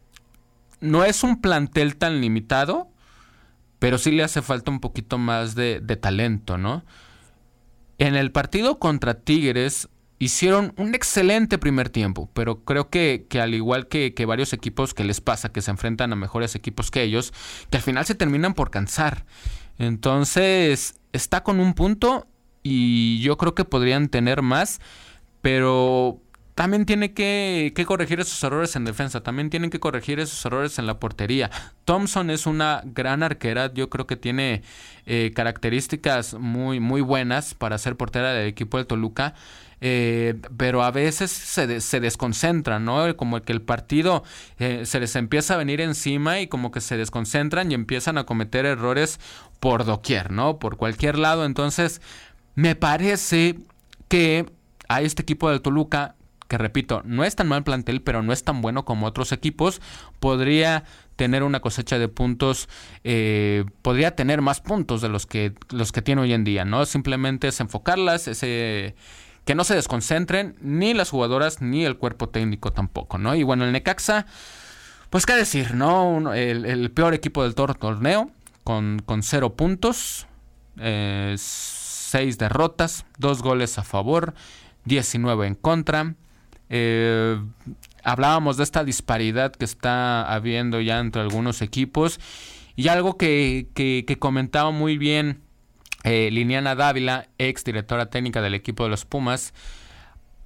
no es un plantel tan limitado, pero sí le hace falta un poquito más de, de talento, ¿no? En el partido contra Tigres hicieron un excelente primer tiempo, pero creo que, que al igual que, que varios equipos que les pasa, que se enfrentan a mejores equipos que ellos, que al final se terminan por cansar. Entonces, está con un punto y yo creo que podrían tener más, pero también tiene que, que corregir esos errores en defensa, también tienen que corregir esos errores en la portería. Thompson es una gran arquera, yo creo que tiene eh, características muy, muy buenas para ser portera del equipo del Toluca, eh, pero a veces se, de, se desconcentran, ¿no? Como que el partido eh, se les empieza a venir encima y como que se desconcentran y empiezan a cometer errores por doquier, ¿no? Por cualquier lado. Entonces, me parece que a este equipo del Toluca, que repito, no es tan mal plantel, pero no es tan bueno como otros equipos, podría tener una cosecha de puntos, eh, podría tener más puntos de los que los que tiene hoy en día, ¿no? Simplemente es enfocarlas, ese, que no se desconcentren ni las jugadoras ni el cuerpo técnico tampoco, ¿no? Y bueno, el Necaxa, pues qué decir, ¿no? El, el peor equipo del torneo, con, con cero puntos, eh, seis derrotas, dos goles a favor, diecinueve en contra. Eh, hablábamos de esta disparidad que está habiendo ya entre algunos equipos y algo que, que, que comentaba muy bien eh, Liliana Dávila, ex directora técnica del equipo de los Pumas.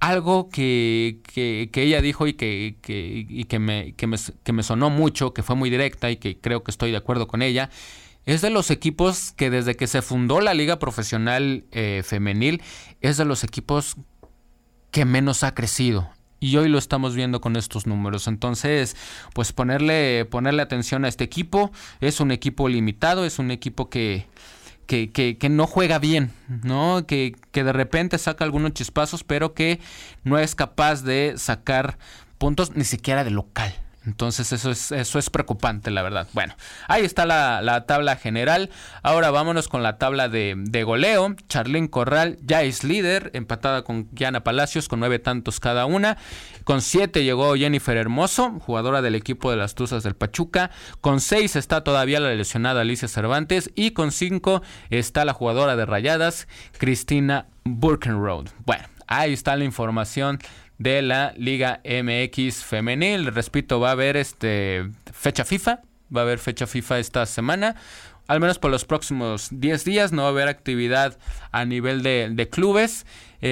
algo que, que, que ella dijo y que, que, y que, me, que, me, que me sonó mucho, que fue muy directa y que creo que estoy de acuerdo con ella, es de los equipos que desde que se fundó la Liga Profesional eh, Femenil, es de los equipos que menos ha crecido. Y hoy lo estamos viendo con estos números. Entonces, pues ponerle, ponerle atención a este equipo. Es un equipo limitado, es un equipo que, que, que, que no juega bien, ¿no? Que, que de repente saca algunos chispazos, pero que no es capaz de sacar puntos ni siquiera de local. Entonces eso es, eso es preocupante, la verdad. Bueno, ahí está la, la tabla general. Ahora vámonos con la tabla de, de goleo. Charlín Corral ya es líder, empatada con Gianna Palacios con nueve tantos cada una. Con siete llegó Jennifer Hermoso, jugadora del equipo de las Tuzas del Pachuca. Con seis está todavía la lesionada Alicia Cervantes. Y con cinco está la jugadora de Rayadas, Cristina Burkenroad. Bueno, ahí está la información de la Liga M X femenil. Repito, va a haber este fecha FIFA, va a haber fecha FIFA esta semana, al menos por los próximos diez días, no va a haber actividad a nivel de, de clubes,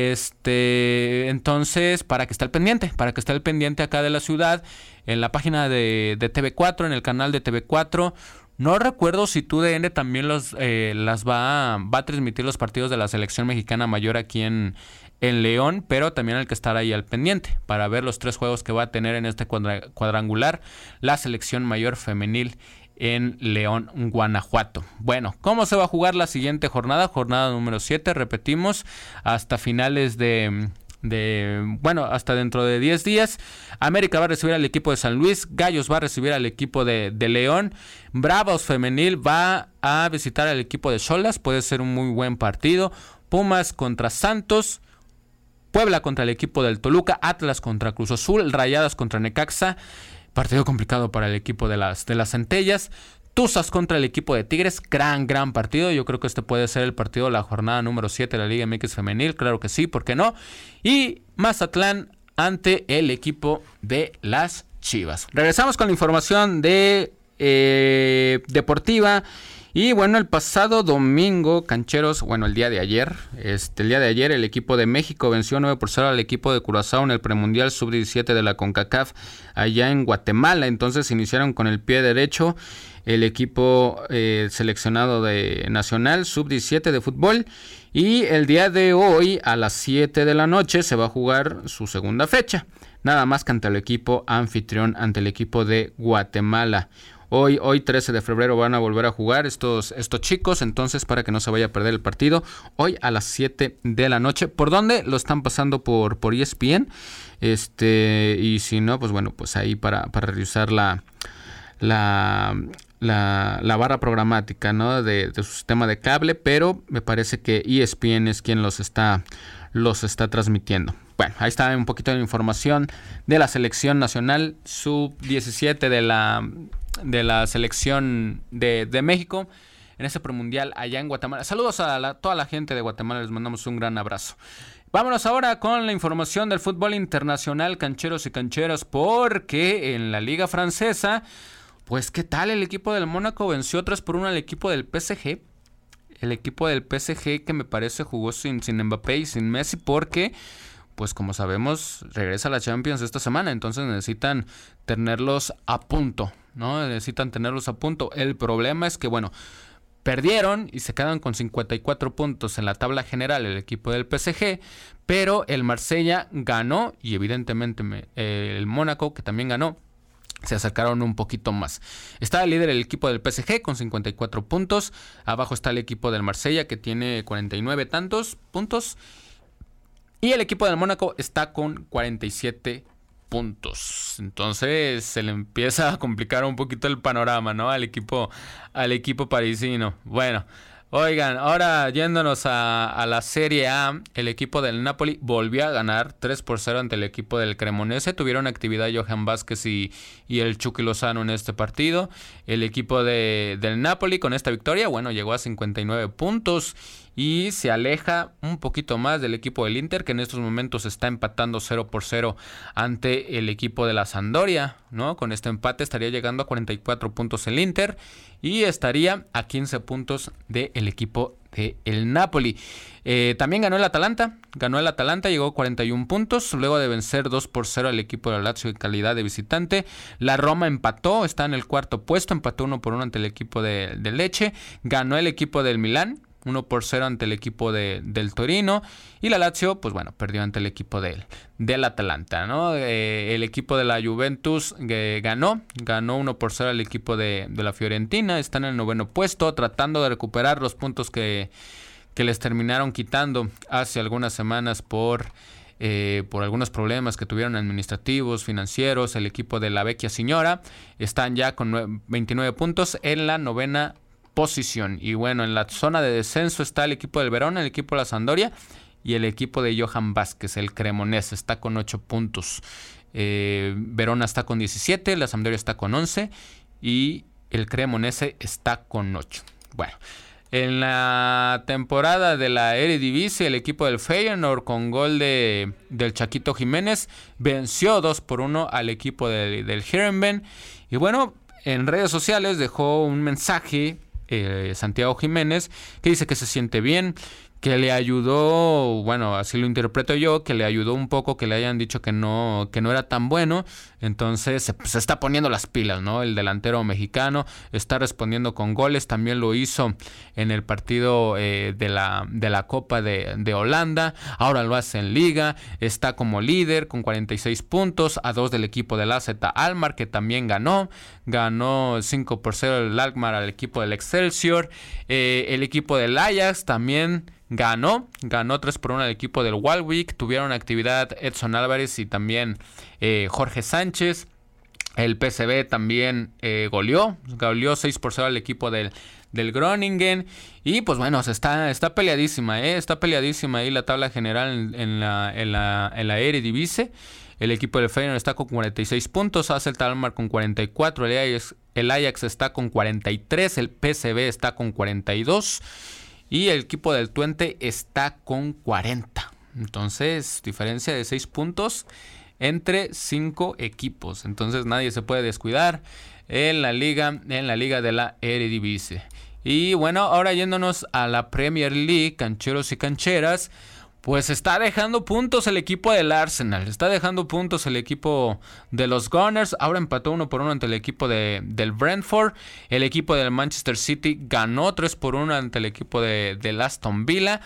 este entonces para que esté al pendiente, para que esté al pendiente acá de la ciudad, en la página de, de T V cuatro, en el canal de T V cuatro. No recuerdo si T U D N también los, eh, las va a, va a transmitir los partidos de la selección mexicana mayor aquí en, en León, pero también hay que estar ahí al pendiente para ver los tres juegos que va a tener en este cuadra, cuadrangular la selección mayor femenil en León, Guanajuato. Bueno, ¿cómo se va a jugar la siguiente jornada? Jornada número siete, repetimos, hasta finales de... de bueno, hasta dentro de diez días. América va a recibir al equipo de San Luis, Gallos va a recibir al equipo de, de León, Bravos femenil va a visitar al equipo de Xolas, puede ser un muy buen partido. Pumas contra Santos, Puebla contra el equipo del Toluca, Atlas contra Cruz Azul, Rayadas contra Necaxa, partido complicado para el equipo de las, de las Centellas. Tuzas contra el equipo de Tigres, gran, gran partido. Yo creo que este puede ser el partido de la jornada número siete de la Liga M X femenil, claro que sí, ¿por qué no? Y Mazatlán ante el equipo de las Chivas. Regresamos con la información de eh, deportiva. Y bueno, el pasado domingo, cancheros, bueno, el día de ayer, este, el día de ayer el equipo de México venció nueve por cero al equipo de Curazao en el premundial sub diecisiete de la CONCACAF allá en Guatemala. Entonces iniciaron con el pie derecho el equipo eh, seleccionado de nacional sub diecisiete de fútbol. Y el día de hoy a las siete de la noche se va a jugar su segunda fecha, nada más que ante el equipo anfitrión, ante el equipo de Guatemala. Hoy, hoy trece de febrero van a volver a jugar estos, estos chicos, entonces para que no se vaya a perder el partido, hoy a las siete de la noche. ¿Por dónde? Lo están pasando por, por E S P N, este, y si no, pues bueno, pues ahí para, para revisar la, la, la, la barra programática, ¿no? de, de su sistema de cable, pero me parece que E S P N es quien los está, los está transmitiendo. Bueno, ahí está un poquito de información de la selección nacional sub diecisiete de la... de la selección de, de México en ese premundial allá en Guatemala. Saludos a la, toda la gente de Guatemala, les mandamos un gran abrazo. Vámonos ahora con la información del fútbol internacional, cancheros y cancheras, porque en la liga francesa, pues qué tal, el equipo del Mónaco venció tres por uno al equipo del P S G. El equipo del P S G que me parece jugó sin, sin Mbappé y sin Messi porque... pues como sabemos, regresa a la Champions esta semana, entonces necesitan tenerlos a punto, ¿no? Necesitan tenerlos a punto. El problema es que, bueno, perdieron y se quedan con cincuenta y cuatro puntos en la tabla general el equipo del P S G, pero el Marsella ganó y evidentemente me, eh, el Mónaco, que también ganó, se acercaron un poquito más. Está el líder el equipo del P S G con cincuenta y cuatro puntos, abajo está el equipo del Marsella que tiene cuarenta y nueve tantos puntos, y el equipo del Mónaco está con cuarenta y siete puntos. Entonces se le empieza a complicar un poquito el panorama, ¿no? Al equipo, al equipo parisino. Bueno, oigan, ahora yéndonos a, a la Serie A, el equipo del Napoli volvió a ganar tres por cero ante el equipo del Cremonese. Tuvieron actividad Johan Vázquez y, y el Chucky Lozano en este partido. El equipo de, del Napoli con esta victoria, bueno, llegó a cincuenta y nueve puntos. y se aleja un poquito más del equipo del Inter, que en estos momentos está empatando cero por cero ante el equipo de la Sampdoria, ¿no? Con este empate estaría llegando a cuarenta y cuatro puntos el Inter y estaría a quince puntos del equipo de el Napoli. Eh, también ganó el Atalanta, ganó el Atalanta, llegó a cuarenta y un puntos, luego de vencer dos por cero al equipo de la Lazio en calidad de visitante. La Roma empató, está en el cuarto puesto, empató uno por uno ante el equipo de, de Lecce. Ganó el equipo del Milán, uno por cero ante el equipo de, del Torino. Y la Lazio, pues bueno, perdió ante el equipo del, del Atalanta, ¿no? Eh, el equipo de la Juventus eh, ganó, ganó uno por cero al equipo de, de la Fiorentina. Está en el noveno puesto, tratando de recuperar los puntos que, que les terminaron quitando hace algunas semanas por... Eh, por algunos problemas que tuvieron administrativos, financieros. El equipo de la Vecchia Signora están ya con veintinueve puntos en la novena posición. Y bueno, en la zona de descenso está el equipo del Verona, el equipo de la Sampdoria y el equipo de Johan Vázquez, el Cremonese, está con ocho puntos. Eh, Verona está con diecisiete, la Sampdoria está con once y el Cremonese está con ocho. Bueno, en la temporada de la Eredivisie, el equipo del Feyenoord con gol de, del Chaquito Jiménez venció dos por uno al equipo de, del Heerenveen. Y bueno, en redes sociales dejó un mensaje eh, Santiago Jiménez que dice que se siente bien, que le ayudó, bueno, así lo interpreto yo, que le ayudó un poco que le hayan dicho que no, que no era tan bueno. Entonces se, se está poniendo las pilas, ¿no? El delantero mexicano está respondiendo con goles, también lo hizo en el partido eh, de, la, de la Copa de, de Holanda, ahora lo hace en Liga, está como líder con cuarenta y seis puntos, a dos del equipo del A Z Alkmaar, que también ganó, ganó cinco por cero el Alkmaar al equipo del Excelsior. Eh, el equipo del Ajax también ganó, ganó tres por uno al equipo del Walwick. Tuvieron actividad Edson Álvarez y también eh, Jorge Sánchez. El P S V también eh, goleó, goleó seis por cero al equipo del, del Groningen. Y pues bueno, se está, está peleadísima, ¿eh? Está peleadísima ahí la tabla general en, en la, en la, en la Eredivisie. El equipo del Feyenoord está con cuarenta y seis puntos, A Z Alkmaar con cuarenta y cuatro, el Ajax, el Ajax está con cuarenta y tres, el P S V está con cuarenta y dos. Y el equipo del Twente está con cuarenta. Entonces, diferencia de seis puntos entre cinco equipos. Entonces, nadie se puede descuidar en la liga, en la liga de la Eredivisie. Y bueno, ahora yéndonos a la Premier League, cancheros y cancheras, pues está dejando puntos el equipo del Arsenal. Está dejando puntos el equipo de los Gunners. Ahora empató uno por uno ante el equipo de, del Brentford. El equipo del Manchester City ganó tres por uno ante el equipo de, del Aston Villa.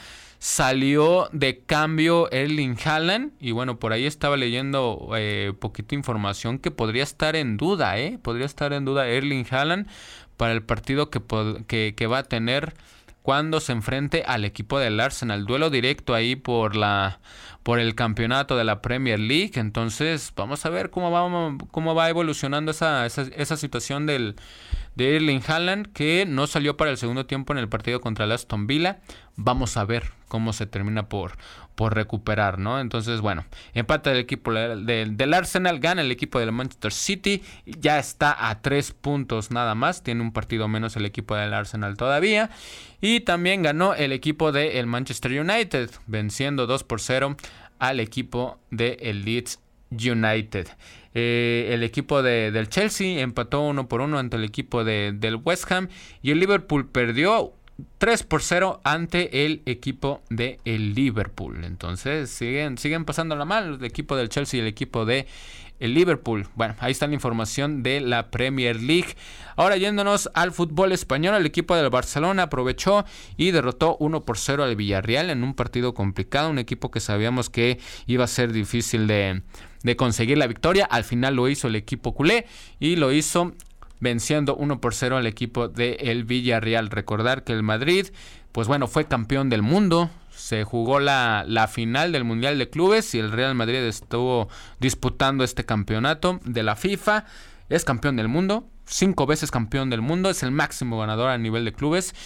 Salió de cambio Erling Haaland. Y bueno, por ahí estaba leyendo eh, poquita información que podría estar en duda. ¿eh? Podría estar en duda Erling Haaland para el partido que, que, que va a tener cuando se enfrente al equipo del Arsenal. Duelo directo ahí por la por el campeonato de la Premier League. Entonces vamos a ver cómo va, cómo va evolucionando esa, esa, esa situación del, de Erling Haaland, que no salió para el segundo tiempo en el partido contra el Aston Villa. Vamos a ver cómo se termina por, por recuperar, ¿no? Entonces, bueno, empata el equipo del, del, del Arsenal, gana el equipo del Manchester City, ya está a tres puntos nada más, tiene un partido menos el equipo del Arsenal todavía, y también ganó el equipo del Manchester United, venciendo dos por cero al equipo del Leeds United. Eh, el equipo de, del Chelsea empató uno por uno ante el equipo de, del West Ham, y el Liverpool perdió tres por cero ante el equipo de el Liverpool. Entonces siguen, siguen pasándola mal el equipo del Chelsea y el equipo de el Liverpool. Bueno, ahí está la información de la Premier League. Ahora yéndonos al fútbol español, el equipo del Barcelona aprovechó y derrotó uno por cero al Villarreal en un partido complicado, un equipo que sabíamos que iba a ser difícil de, de conseguir la victoria. Al final lo hizo el equipo culé y lo hizo venciendo uno por cero al equipo del Villarreal. Recordar que el Madrid, pues bueno, fue campeón del mundo. Se jugó la, la final del Mundial de Clubes y el Real Madrid estuvo disputando este campeonato de la FIFA. Es campeón del mundo, cinco veces campeón del mundo, es el máximo ganador a nivel de clubes.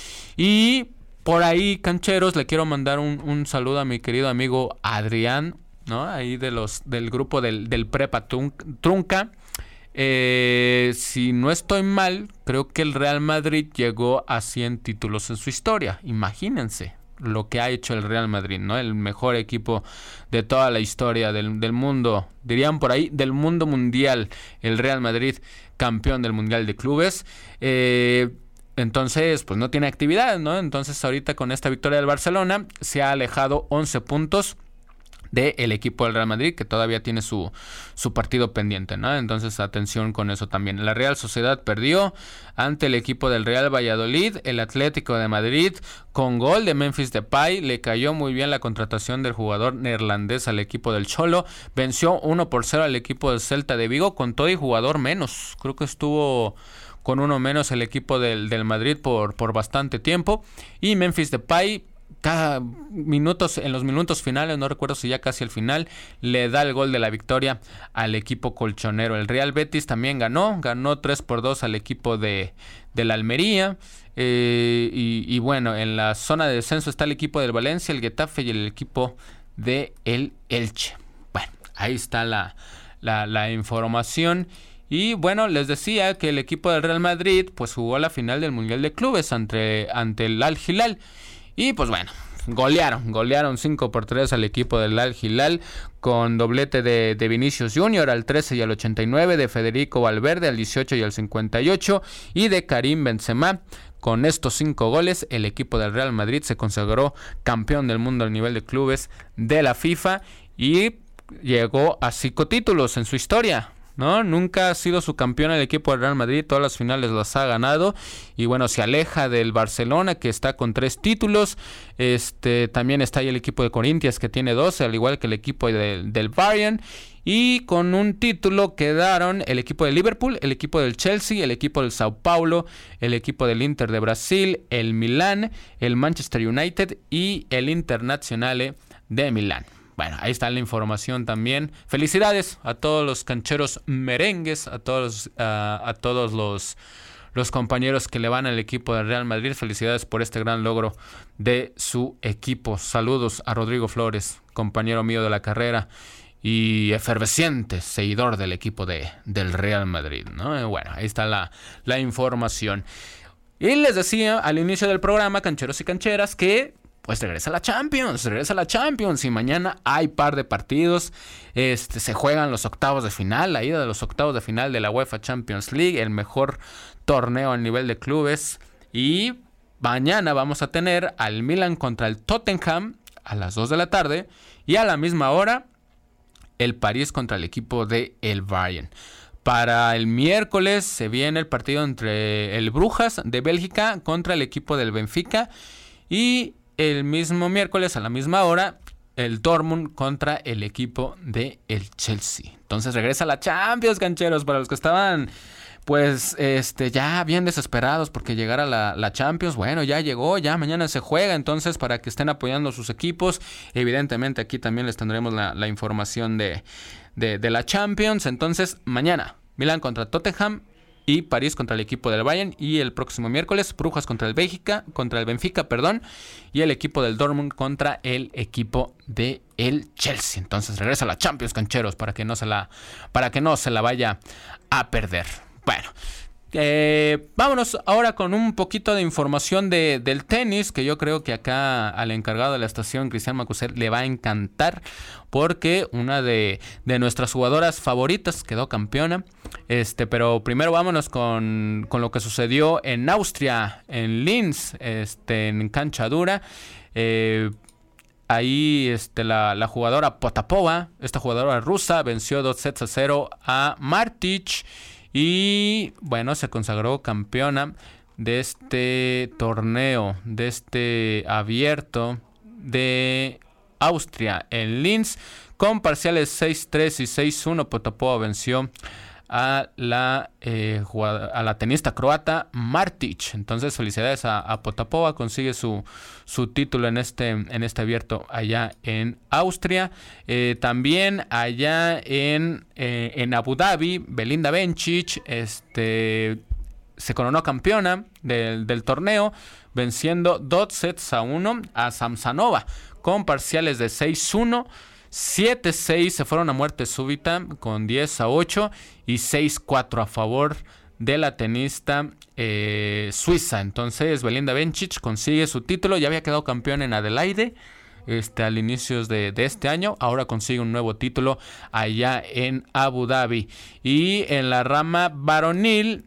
Y por ahí, cancheros, le quiero mandar un, un saludo a mi querido amigo Adrián, ¿no? Ahí de los del grupo del, del Prepa Trunca. Eh, si no estoy mal, creo que el Real Madrid llegó a cien títulos en su historia. Imagínense, lo que ha hecho el Real Madrid, ¿no? El mejor equipo de toda la historia del, del mundo, dirían por ahí, del mundo mundial, el Real Madrid, campeón del Mundial de Clubes. Eh, entonces, pues no tiene actividad, ¿no? Entonces, ahorita con esta victoria del Barcelona, se ha alejado once puntos del equipo del Real Madrid, que todavía tiene su, su partido pendiente, ¿no? Entonces, atención con eso también. La Real Sociedad perdió ante el equipo del Real Valladolid. El Atlético de Madrid, con gol de Memphis Depay, le cayó muy bien la contratación del jugador neerlandés al equipo del Cholo. Venció uno por cero al equipo del Celta de Vigo, con todo y jugador menos. Creo que estuvo con uno menos el equipo del, del Madrid por, por bastante tiempo. Y Memphis Depay, cada minutos, en los minutos finales, no recuerdo si ya casi al final, le da el gol de la victoria al equipo colchonero. El Real Betis también ganó, ganó tres por dos al equipo de, de la Almería. Eh, y, y bueno, en la zona de descenso está el equipo del Valencia, el Getafe y el equipo de el Elche. Bueno, ahí está la, la, la información. Y bueno, les decía que el equipo del Real Madrid pues jugó la final del Mundial de Clubes ante, ante el Al Hilal. Y pues bueno, golearon, golearon cinco por tres al equipo del Al Hilal, con doblete de, de Vinicius Junior al trece y al ochenta y nueve, de Federico Valverde al dieciocho y al cincuenta y ocho, y de Karim Benzema. Con estos cinco goles, el equipo del Real Madrid se consagró campeón del mundo a nivel de clubes de la FIFA y llegó a cinco títulos en su historia, ¿no? Nunca ha sido su campeón el equipo del Real Madrid, todas las finales las ha ganado, y bueno, se aleja del Barcelona, que está con tres títulos. Este también está ahí el equipo de Corinthians, que tiene doce, al igual que el equipo de, del Bayern, y con un título quedaron el equipo de Liverpool, el equipo del Chelsea, el equipo del Sao Paulo, el equipo del Inter de Brasil, el Milán, el Manchester United y el Internazionale de Milán. Bueno, ahí está la información también. Felicidades a todos los cancheros merengues, a todos, uh, a todos los, los compañeros que le van al equipo del Real Madrid. Felicidades por este gran logro de su equipo. Saludos a Rodrigo Flores, compañero mío de la carrera y efervesciente seguidor del equipo de, del Real Madrid, ¿no? Bueno, ahí está la, la información. Y les decía al inicio del programa, cancheros y cancheras, que pues regresa la Champions, regresa la Champions y mañana hay par de partidos. Este, se juegan los octavos de final, la ida de los octavos de final de la UEFA Champions League, el mejor torneo a nivel de clubes. Y mañana vamos a tener al Milan contra el Tottenham a las dos de la tarde, y a la misma hora el París contra el equipo de el Bayern. Para el miércoles se viene el partido entre el Brujas de Bélgica contra el equipo del Benfica, y el mismo miércoles a la misma hora el Dortmund contra el equipo de el Chelsea. Entonces regresa la Champions, cancheros, para los que estaban pues este ya bien desesperados porque llegara la, la Champions. Bueno, ya llegó, ya mañana se juega, entonces para que estén apoyando a sus equipos. Evidentemente aquí también les tendremos la, la información de, de, de la Champions. Entonces mañana Milán contra Tottenham y París contra el equipo del Bayern, y el próximo miércoles Brujas contra el Benfica, contra el Benfica, perdón, y el equipo del Dortmund contra el equipo de el Chelsea. Entonces regresa la Champions, cancheros, para que no se la para que no se la vaya a perder. Bueno, eh, vámonos ahora con un poquito de información de, del tenis, que yo creo que acá al encargado de la estación, Cristian Macuser, le va a encantar, porque una de, de nuestras jugadoras favoritas quedó campeona. Este, pero primero vámonos con, con lo que sucedió en Austria, en Linz, este, en cancha dura. Eh, ahí este, la, la jugadora Potapova, esta jugadora rusa, venció dos sets a cero a Martic. Y bueno, se consagró campeona de este torneo, de este abierto de Austria en Linz, con parciales seis tres y seis uno. Potapova venció a la eh, a la tenista croata Martic. Entonces felicidades a, a Potapova, consigue su, su título en este, en este abierto allá en Austria. Eh, también allá en, eh, en Abu Dhabi, Belinda Bencic este, se coronó campeona del, del torneo, venciendo dos sets a uno a Samsonova, con parciales de seis uno, siete seis, se fueron a muerte súbita con diez a ocho y seis cuatro a favor de la tenista eh, suiza. Entonces Belinda Bencic consigue su título, ya había quedado campeón en Adelaide este, al inicio de, de este año, ahora consigue un nuevo título allá en Abu Dhabi. Y en la rama varonil,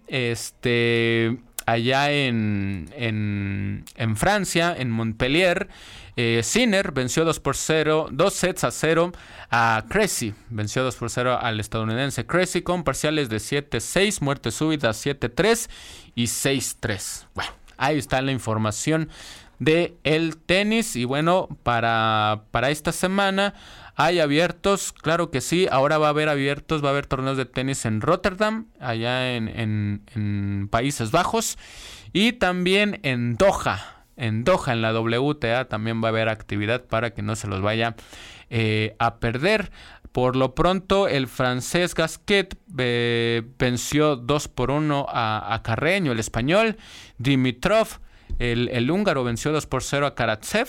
este, allá en, en, en Francia, en Montpellier, Eh, Sinner venció dos por cero, dos sets a cero a Cressy. Venció dos por cero al estadounidense Cressy con parciales de siete seis, muerte súbita siete tres y seis tres. Bueno, ahí está la información de el tenis. Y bueno, para, para esta semana hay abiertos, claro que sí. Ahora va a haber abiertos, va a haber torneos de tenis en Rotterdam, allá en, en, en Países Bajos, y también en Doha. En Doha, en la W T A, también va a haber actividad para que no se los vaya eh, a perder. Por lo pronto, el francés Gasquet eh, venció dos por uno a, a Carreño, el español. Dimitrov, el, el húngaro, venció dos por cero a Karatsev.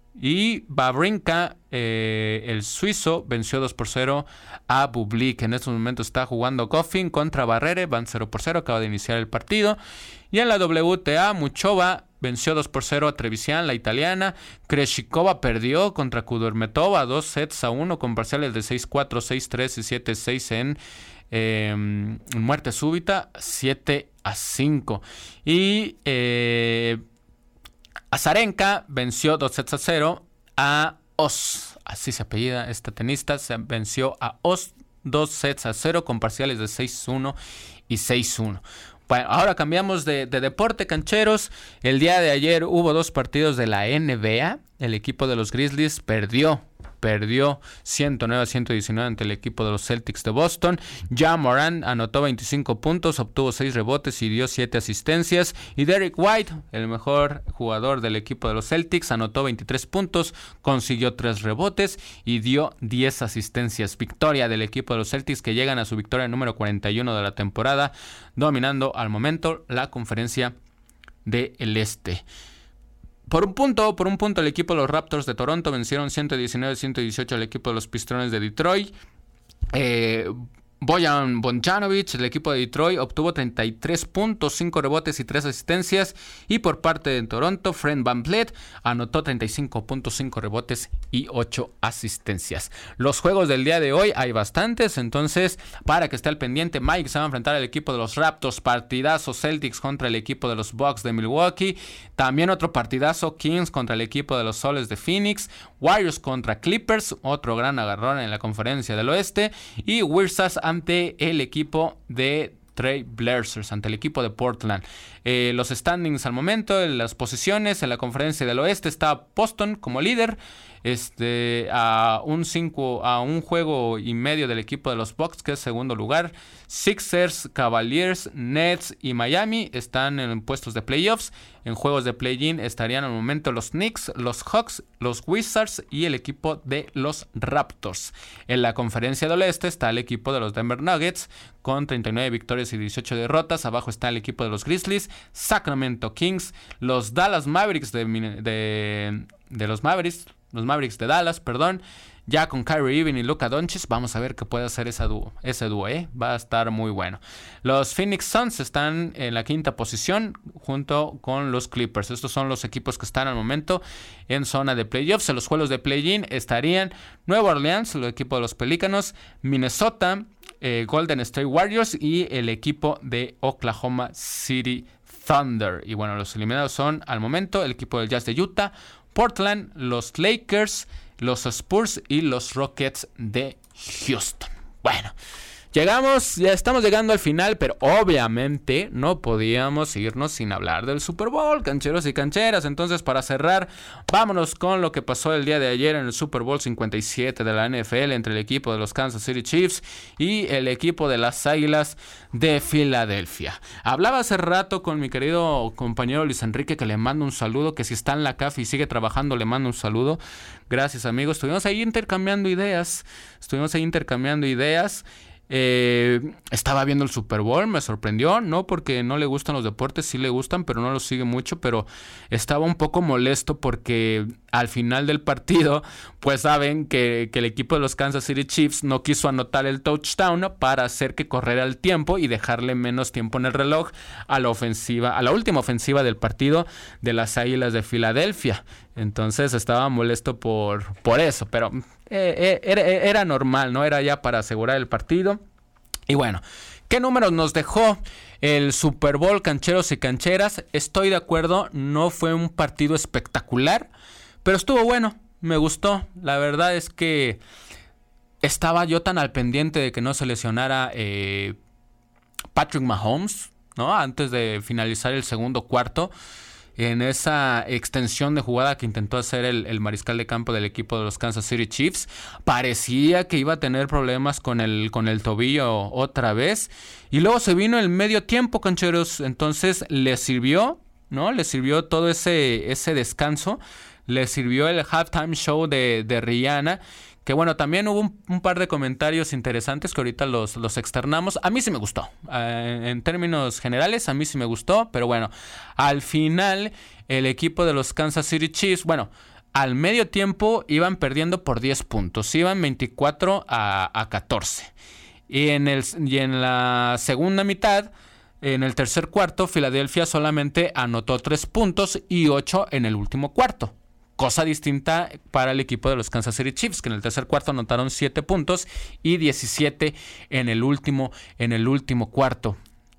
Y Wawrinka, eh, el suizo, venció dos por cero a Bublik. En estos momentos está jugando Goffin contra Barrere, van cero por cero, acaba de iniciar el partido. Y en la W T A, Muchova venció dos por cero a Trevisan, la italiana. Krejcikova perdió contra Kudermetova dos sets a uno con parciales de seis cuatro, seis tres y siete seis en eh, muerte súbita, siete a cinco. Y eh, Azarenka venció dos sets a cero a Os, así se apellida esta tenista, se venció a Os dos sets a cero con parciales de seis uno y seis uno. Bueno, ahora cambiamos de, de deporte, cancheros. El día de ayer hubo dos partidos de la N B A. El equipo de los Grizzlies perdió. Perdió ciento nueve a ciento diecinueve ante el equipo de los Celtics de Boston. Ja Morant anotó veinticinco puntos, obtuvo seis rebotes y dio siete asistencias. Y Derrick White, el mejor jugador del equipo de los Celtics, anotó veintitrés puntos, consiguió tres rebotes y dio diez asistencias. Victoria del equipo de los Celtics, que llegan a su victoria número cuarenta y uno de la temporada, dominando al momento la conferencia del Este. Por un punto, por un punto el equipo de los Raptors de Toronto vencieron ciento diecinueve a ciento dieciocho al equipo de los Pistones de Detroit. Eh, Bojan Bogdanovic, el equipo de Detroit, obtuvo treinta y tres puntos, cinco rebotes y tres asistencias. Y por parte de Toronto, Fred VanVleet anotó treinta y cinco puntos, cinco rebotes y ocho asistencias. Los juegos del día de hoy hay bastantes, entonces para que esté al pendiente, Mike se va a enfrentar al equipo de los Raptors, partidazo Celtics contra el equipo de los Bucks de Milwaukee. También otro partidazo, Kings contra el equipo de los Soles de Phoenix, Warriors contra Clippers, otro gran agarrón en la conferencia del oeste, y Wizards ante el equipo de Trail Blazers, ante el equipo de Portland. Eh, los standings al momento, en las posiciones en la conferencia del oeste, está Boston como líder, este, a un cinco, a un juego y medio del equipo de los Bucks, que es segundo lugar. Sixers, Cavaliers, Nets y Miami están en puestos de playoffs. En juegos de play-in estarían al momento los Knicks, los Hawks, los Wizards y el equipo de los Raptors. En la conferencia del este está el equipo de los Denver Nuggets con treinta y nueve victorias y dieciocho derrotas. Abajo está el equipo de los Grizzlies, Sacramento Kings, los Dallas Mavericks de, de, de los Mavericks, los Mavericks de Dallas, perdón, ya con Kyrie Irving y Luka Doncic. Vamos a ver qué puede hacer esa dúo, ese dúo, ¿eh? Va a estar muy bueno. Los Phoenix Suns están en la quinta posición junto con los Clippers. Estos son los equipos que están al momento en zona de playoffs. En los juegos de play-in estarían Nueva Orleans, el equipo de los Pelícanos, Minnesota, eh, Golden State Warriors y el equipo de Oklahoma City Thunder. Y bueno, los eliminados son al momento el equipo del Jazz de Utah, Portland, los Lakers, los Spurs y los Rockets de Houston. Bueno, llegamos, ya estamos llegando al final, pero obviamente no podíamos irnos sin hablar del Super Bowl, cancheros y cancheras. Entonces, para cerrar, vámonos con lo que pasó el día de ayer en el Super Bowl cincuenta y siete de la N F L entre el equipo de los Kansas City Chiefs y el equipo de las Águilas de Filadelfia. Hablaba hace rato con mi querido compañero Luis Enrique, que le mando un saludo, que si está en la C A F y sigue trabajando, le mando un saludo. Gracias, amigos. Estuvimos ahí intercambiando ideas, estuvimos ahí intercambiando ideas Eh, estaba viendo el Super Bowl, me sorprendió, no porque no le gustan los deportes, sí le gustan, pero no los sigue mucho, pero estaba un poco molesto porque al final del partido, pues saben que, que el equipo de los Kansas City Chiefs no quiso anotar el touchdown para hacer que corriera el tiempo y dejarle menos tiempo en el reloj a la ofensiva, a la última ofensiva del partido de las Águilas de Filadelfia. Entonces estaba molesto por, por eso, pero eh, eh, era, era normal, ¿no? Era ya para asegurar el partido. Y bueno, ¿qué números nos dejó el Super Bowl, cancheros y cancheras? Estoy de acuerdo, no fue un partido espectacular, pero estuvo bueno, me gustó. La verdad es que estaba yo tan al pendiente de que no se lesionara eh, Patrick Mahomes, ¿no? Antes de finalizar el segundo cuarto, en esa extensión de jugada que intentó hacer el, el mariscal de campo del equipo de los Kansas City Chiefs, parecía que iba a tener problemas con el, con el tobillo otra vez, y luego se vino el medio tiempo, cancheros. Entonces le sirvió, ¿no? Le sirvió todo ese, ese descanso, le sirvió el halftime show de, de Rihanna, que bueno, también hubo un, un par de comentarios interesantes que ahorita los, los externamos. A mí sí me gustó. Uh, en términos generales, a mí sí me gustó. Pero bueno, al final, el equipo de los Kansas City Chiefs, bueno, al medio tiempo iban perdiendo por diez puntos. Iban veinticuatro a catorce. Y en, el, y en la segunda mitad, en el tercer cuarto, Filadelfia solamente anotó tres puntos y ocho en el último cuarto. Cosa distinta para el equipo de los Kansas City Chiefs, que en el tercer cuarto anotaron siete puntos y diecisiete en el último, en el último cuarto.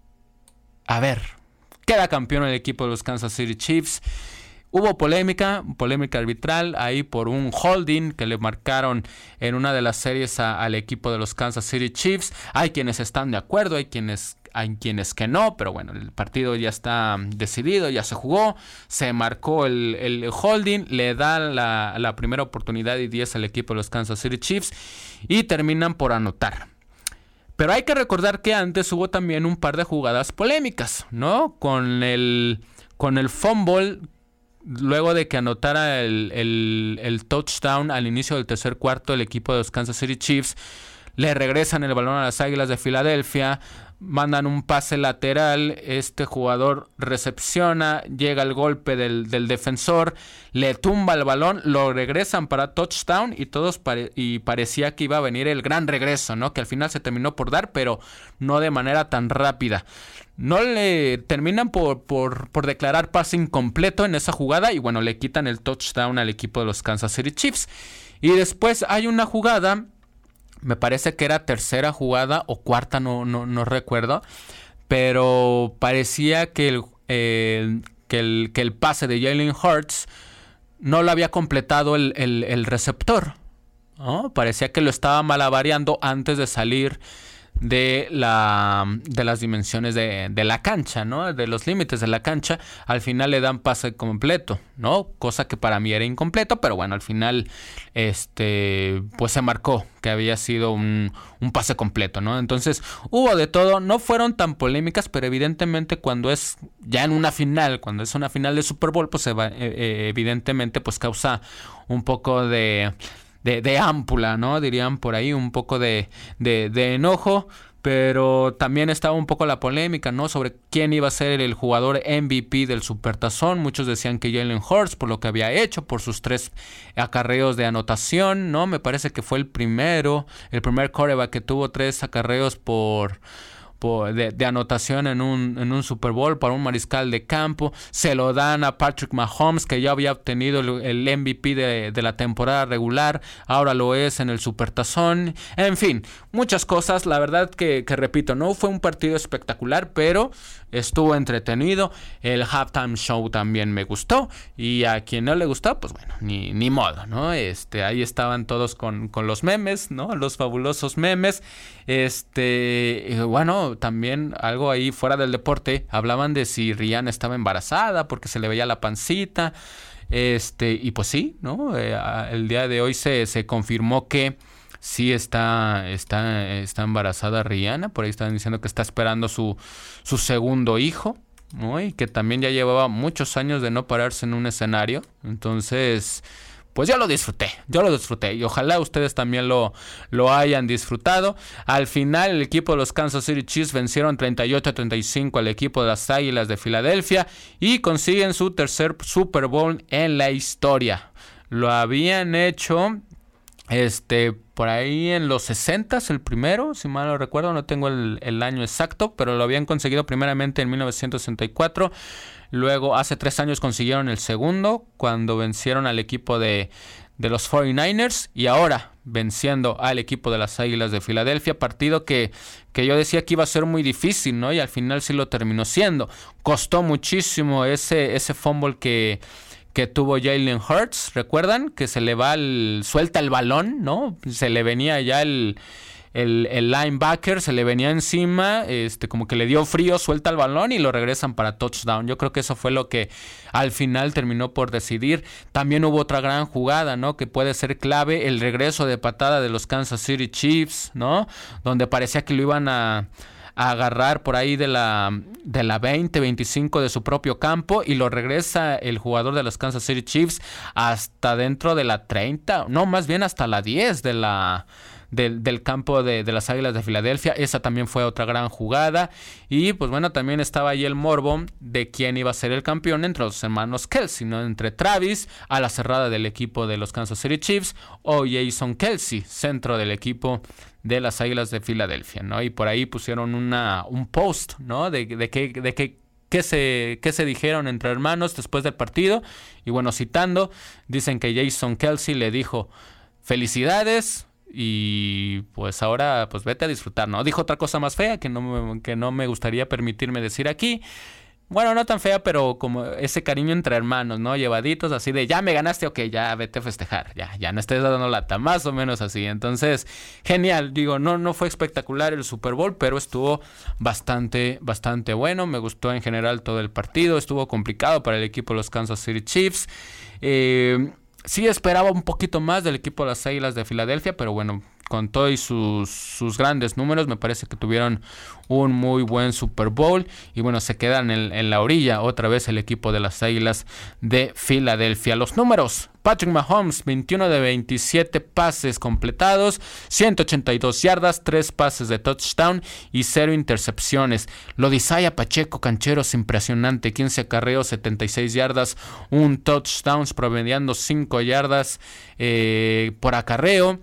A ver, queda campeón el equipo de los Kansas City Chiefs. Hubo polémica, polémica arbitral ahí por un holding que le marcaron en una de las series a, al equipo de los Kansas City Chiefs. Hay quienes están de acuerdo, hay quienes, hay quienes que no, pero bueno, el partido ya está decidido, ya se jugó, se marcó el, el holding, le da la, la primera oportunidad y diez al equipo de los Kansas City Chiefs y terminan por anotar. Pero hay que recordar que antes hubo también un par de jugadas polémicas, ¿no? Con el, con el fumble. Luego de que anotara el, el, el touchdown al inicio del tercer cuarto, el equipo de los Kansas City Chiefs le regresan el balón a las Águilas de Filadelfia, mandan un pase lateral, este jugador recepciona, llega el golpe del, del defensor, le tumba el balón, lo regresan para touchdown y todos pare- y parecía que iba a venir el gran regreso, ¿no? Que al final se terminó por dar, pero no de manera tan rápida. No le terminan por, por, por declarar pase incompleto en esa jugada y bueno, le quitan el touchdown al equipo de los Kansas City Chiefs. Y después hay una jugada, me parece que era tercera jugada o cuarta, no, no, no recuerdo, pero parecía que el, eh, que el, que el pase de Jalen Hurts no lo había completado el, el, el receptor, ¿no? Parecía que lo estaba malabareando antes de salir de la de las dimensiones de, de la cancha, ¿no? De los límites de la cancha. Al final le dan pase completo, ¿no? Cosa que para mí era incompleto, pero bueno, al final este pues se marcó que había sido un, un pase completo, ¿no? Entonces hubo de todo, no fueron tan polémicas, pero evidentemente cuando es ya en una final, cuando es una final de Super Bowl, pues se va, eh, evidentemente pues causa un poco de De, de ámpula, ¿no? Dirían por ahí, un poco de, de, de enojo, pero también estaba un poco la polémica, ¿no? Sobre quién iba a ser el jugador M V P del Supertazón. Muchos decían que Jalen Hurts, por lo que había hecho, por sus tres acarreos de anotación, ¿no? Me parece que fue el primero, el primer quarterback que tuvo tres acarreos por... De, de anotación en un, en un Super Bowl para un mariscal de campo. Se lo dan a Patrick Mahomes, que ya había obtenido el, el M V P de, de la temporada regular, ahora lo es en el Supertazón. En fin, muchas cosas. La verdad que, que repito, no fue un partido espectacular, pero estuvo entretenido. El halftime show también me gustó, y a quien no le gustó, pues bueno, ni, ni modo, ¿no? Este, ahí estaban todos con, con los memes, ¿no? Los fabulosos memes. Este, bueno, también algo ahí fuera del deporte, hablaban de si Rihanna estaba embarazada porque se le veía la pancita, este, y pues sí, ¿no? Eh, el día de hoy se, se confirmó que sí está, está, está embarazada Rihanna. Por ahí están diciendo que está esperando su, su segundo hijo, ¿no? Y que también ya llevaba muchos años de no pararse en un escenario. Entonces, pues yo lo disfruté, yo lo disfruté y ojalá ustedes también lo, lo hayan disfrutado. Al final el equipo de los Kansas City Chiefs vencieron treinta y ocho a treinta y cinco al equipo de las Águilas de Filadelfia y consiguen su tercer Super Bowl en la historia. Lo habían hecho este por ahí en los sesentas el primero, si mal no recuerdo, no tengo el, el año exacto, pero lo habían conseguido primeramente en mil novecientos sesenta y cuatro. Luego, hace tres años consiguieron el segundo, cuando vencieron al equipo de, de los cuarenta y nueve ers. Y ahora, venciendo al equipo de las Águilas de Filadelfia. Partido que, que yo decía que iba a ser muy difícil, ¿no? Y al final sí lo terminó siendo. Costó muchísimo ese, ese fumble que, que tuvo Jalen Hurts. ¿Recuerdan? Que se le va el, suelta el balón, ¿no? Se le venía ya el... El, el linebacker se le venía encima, este, como que le dio frío, suelta el balón y lo regresan para touchdown. Yo creo que eso fue lo que al final terminó por decidir. También hubo otra gran jugada, ¿no? Que puede ser clave, el regreso de patada de los Kansas City Chiefs, ¿no? Donde parecía que lo iban a... a agarrar por ahí de la de la veinte, veinticinco de su propio campo y lo regresa el jugador de los Kansas City Chiefs hasta dentro de la treinta, no, más bien hasta la diez de la Del, del campo de, de las Águilas de Filadelfia. Esa también fue otra gran jugada. Y pues bueno, también estaba ahí el morbo de quién iba a ser el campeón entre los hermanos Kelce, ¿no? Entre Travis, a la cerrada del equipo de los Kansas City Chiefs, o Jason Kelce, centro del equipo de las Águilas de Filadelfia, ¿no? Y por ahí pusieron una, un post, ¿no? De, de que... De que ¿Qué se, qué se dijeron entre hermanos después del partido? Y bueno, citando, dicen que Jason Kelce le dijo: felicidades, y pues ahora pues vete a disfrutar, ¿no? Dijo otra cosa más fea que no me, que no me gustaría permitirme decir aquí. Bueno, no tan fea, pero como ese cariño entre hermanos, ¿no? Llevaditos, así de ya me ganaste, ok, ya vete a festejar, ya, ya no estés dando lata, más o menos así. Entonces, genial, digo, no, no fue espectacular el Super Bowl, pero estuvo bastante, bastante bueno. Me gustó en general todo el partido, estuvo complicado para el equipo de los Kansas City Chiefs. Eh... Sí esperaba un poquito más del equipo de las Águilas de Filadelfia, pero bueno, con todos y sus, sus grandes números, me parece que tuvieron un muy buen Super Bowl. Y bueno, se quedan en, en la orilla otra vez el equipo de las Águilas de Filadelfia. Los números: Patrick Mahomes, veintiuno de veintisiete pases completados, ciento ochenta y dos yardas, tres pases de touchdown y cero intercepciones. Lo de Isaiah Pacheco, cancheros, impresionante, quince acarreos, setenta y seis yardas, un touchdown, promediando cinco yardas eh, por acarreo.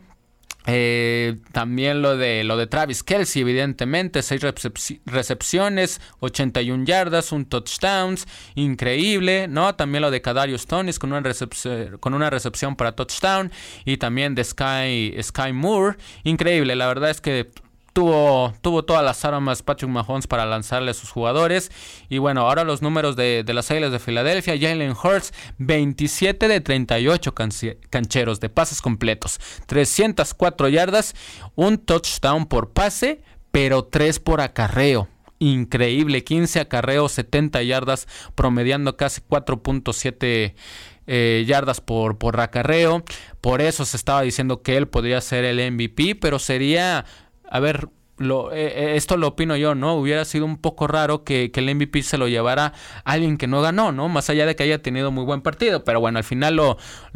Eh, también lo de lo de Travis Kelce, evidentemente, seis recep- recepciones, ochenta y una yardas, un touchdown, increíble, ¿no? También lo de Kadarius Toney con una recepción, con una recepción para touchdown, y también de Sky, Sky Moore, increíble. La verdad es que Tuvo, tuvo todas las armas Patrick Mahomes para lanzarle a sus jugadores. Y bueno, ahora los números de, de las Águilas de Filadelfia. Jalen Hurts, veintisiete de treinta y ocho canci- cancheros de pases completos, trescientas cuatro yardas, un touchdown por pase, pero tres por acarreo. Increíble, quince acarreos, setenta yardas, promediando casi cuatro punto siete eh, yardas por, por acarreo. Por eso se estaba diciendo que él podría ser el M V P, pero sería... A ver, lo, eh, esto lo opino yo, ¿no? Hubiera sido un poco raro que, que el M V P se lo llevara a alguien que no ganó, ¿no? Más allá de que haya tenido muy buen partido. Pero bueno, al final lo...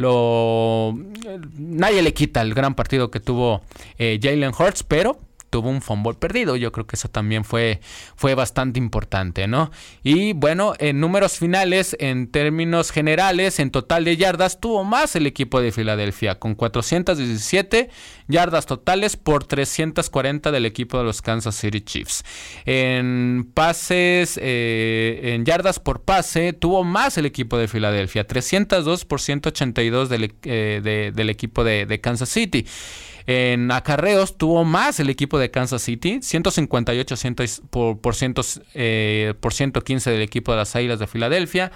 lo nadie le quita el gran partido que tuvo eh, Jalen Hurts, pero tuvo un fumble perdido. Yo creo que eso también fue, fue bastante importante, ¿no? Y bueno, en números finales, en términos generales, en total de yardas, tuvo más el equipo de Filadelfia, con cuatrocientas diecisiete yardas totales por trescientas cuarenta del equipo de los Kansas City Chiefs. En pases, eh, en yardas por pase, tuvo más el equipo de Filadelfia, trescientas dos por ciento ochenta y dos del, eh, de, del equipo de, de Kansas City. En acarreos tuvo más el equipo de Kansas City, ciento cincuenta y ocho por, por, ciento, eh, por ciento quince del equipo de las Águilas de Filadelfia.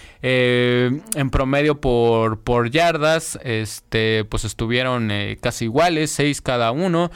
Eh, en promedio por, por yardas, este, pues estuvieron eh, casi iguales, seis cada uno.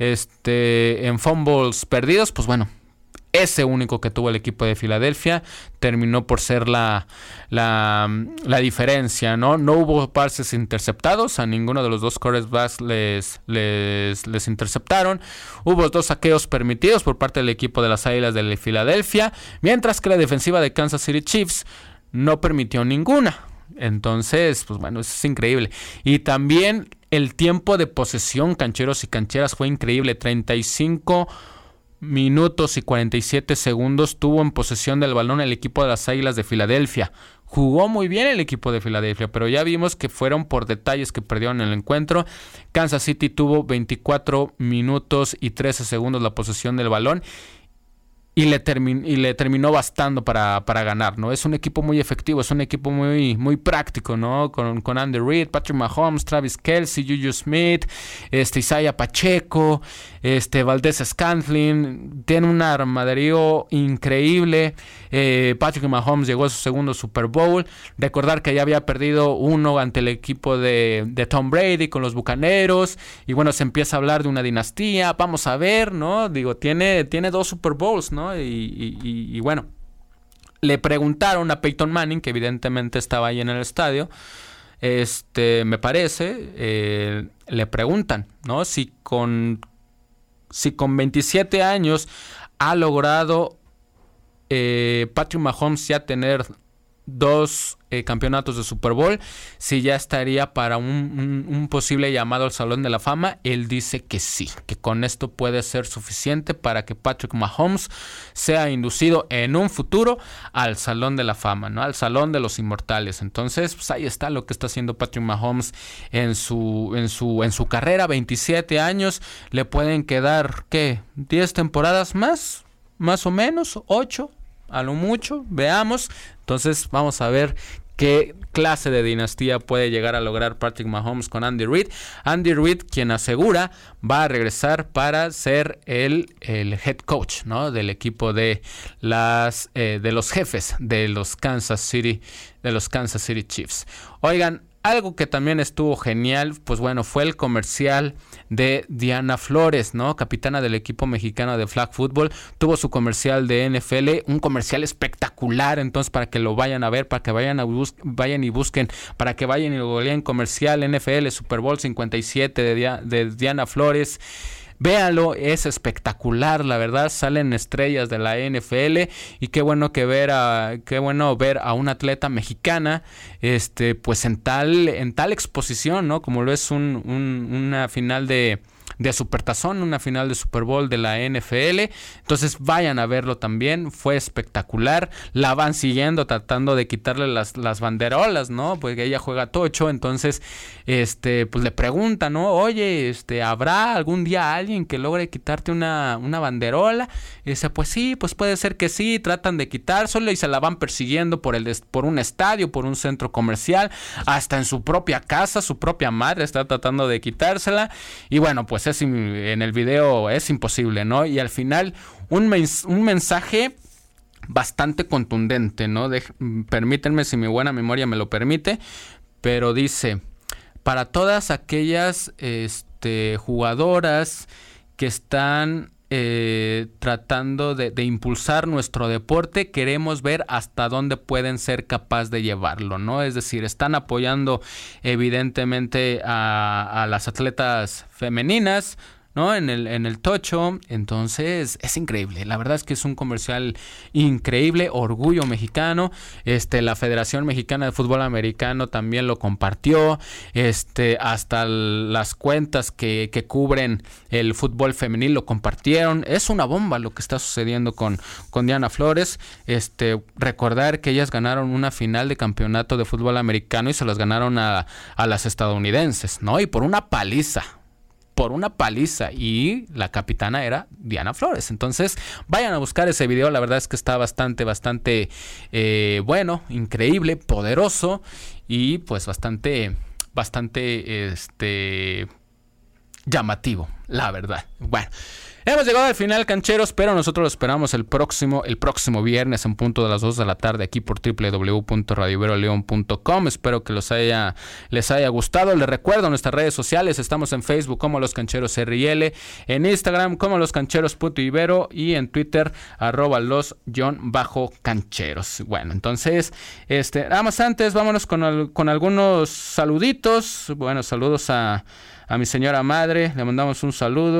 Este, en fumbles perdidos, pues bueno, ese único que tuvo el equipo de Filadelfia terminó por ser la, la, la diferencia, ¿no? No hubo pases interceptados, a ninguno de los dos quarterbacks les, les, les interceptaron. Hubo dos saqueos permitidos por parte del equipo de las Águilas de Filadelfia, mientras que la defensiva de Kansas City Chiefs no permitió ninguna. Entonces, pues bueno, eso es increíble. Y también el tiempo de posesión, cancheros y cancheras, fue increíble. treinta y cinco minutos y cuarenta y siete segundos tuvo en posesión del balón el equipo de las Águilas de Filadelfia. Jugó muy bien el equipo de Filadelfia, pero ya vimos que fueron por detalles que perdieron el encuentro. Kansas City tuvo veinticuatro minutos y trece segundos la posesión del balón. Y le, termi- y le terminó bastando para, para ganar, ¿no? Es un equipo muy efectivo, es un equipo muy, muy práctico, ¿no? Con, con Andy Reid, Patrick Mahomes, Travis Kelce, Juju Smith, este, Isaiah Pacheco, este, Valdez Scantling. Tiene un armaderío increíble. Eh, Patrick Mahomes llegó a su segundo Super Bowl. Recordar que ya había perdido uno ante el equipo de, de Tom Brady con los Bucaneros. Y bueno, se empieza a hablar de una dinastía. Vamos a ver, ¿no? Digo, tiene, tiene dos Super Bowls, ¿no? Y, y, y, y bueno, le preguntaron a Peyton Manning, que evidentemente estaba ahí en el estadio, este, me parece, eh, le preguntan, ¿no? Si con, si con veintisiete años ha logrado eh, Patrick Mahomes ya tener dos eh, campeonatos de Super Bowl, si ya estaría para un, un, un posible llamado al Salón de la Fama. Él dice que sí, que con esto puede ser suficiente para que Patrick Mahomes sea inducido en un futuro al Salón de la Fama, ¿no? Al Salón de los Inmortales. Entonces, pues ahí está lo que está haciendo Patrick Mahomes en su, en su, en su carrera. veintisiete años, le pueden quedar, ¿qué? diez temporadas más, más o menos, ocho a lo mucho, veamos. Entonces vamos a ver qué clase de dinastía puede llegar a lograr Patrick Mahomes con Andy Reid. Andy Reid, quien asegura va a regresar para ser el, el head coach, ¿no? Del equipo de las eh, de los jefes de los Kansas City, de los Kansas City Chiefs. Oigan, algo que también estuvo genial, pues bueno, fue el comercial de Diana Flores, ¿no? Capitana del equipo mexicano de flag football. Tuvo su comercial de N F L, un comercial espectacular, entonces para que lo vayan a ver, para que vayan a bus- vayan y busquen, para que vayan y lo googleen, comercial N F L Super Bowl cincuenta y siete de, Dia- de Diana Flores. Véanlo, es espectacular, la verdad, salen estrellas de la N F L y qué bueno que ver a qué bueno ver a una atleta mexicana este pues en tal en tal exposición, ¿no? Como lo es un, un una final de de Supertazón, una final de Super Bowl de la N F L. Entonces vayan a verlo también, fue espectacular. La van siguiendo, tratando de quitarle las, las banderolas, ¿no? Porque ella juega tocho, entonces este pues le preguntan, ¿no? Oye, este ¿habrá algún día alguien que logre quitarte una, una banderola? Y dice, pues sí, pues puede ser que sí. Tratan de quitárselo y se la van persiguiendo por, el, por un estadio, por un centro comercial, hasta en su propia casa, su propia madre está tratando de quitársela. Y bueno, pues es, en el video es imposible, ¿no? Y al final un, mens- un mensaje bastante contundente, ¿no? De, permítanme, si mi buena memoria me lo permite, pero dice, para todas aquellas este, jugadoras que están eh, tratando de, de impulsar nuestro deporte, queremos ver hasta dónde pueden ser capaces de llevarlo, ¿no? Es decir, están apoyando evidentemente a, a las atletas femeninas, ¿no? En el, en el tocho. Entonces es increíble, la verdad es que es un comercial increíble, orgullo mexicano. Este, la Federación Mexicana de Fútbol Americano también lo compartió, este, hasta las cuentas que, que cubren el fútbol femenil lo compartieron. Es una bomba lo que está sucediendo con, con Diana Flores. Este, recordar que ellas ganaron una final de campeonato de fútbol americano y se las ganaron a, a las estadounidenses, ¿no? Y por una paliza. por una paliza, y la capitana era Diana Flores. Entonces vayan a buscar ese video, la verdad es que está bastante, bastante eh, bueno, increíble, poderoso y pues bastante, bastante este llamativo, la verdad. Bueno, hemos llegado al final, cancheros, pero nosotros lo esperamos el próximo, el próximo viernes en punto de las dos de la tarde aquí por doble u doble u doble u punto radio ibero león punto com. Espero que los haya, les haya gustado. Les recuerdo nuestras redes sociales. Estamos en Facebook como Los Cancheros R I L, en Instagram como Los Cancheros Puto Ibero y en Twitter arroba los guión bajo cancheros. Bueno, entonces, este, nada más antes, vámonos con, el, con algunos saluditos. Bueno, saludos a... A mi señora madre, le mandamos un saludo.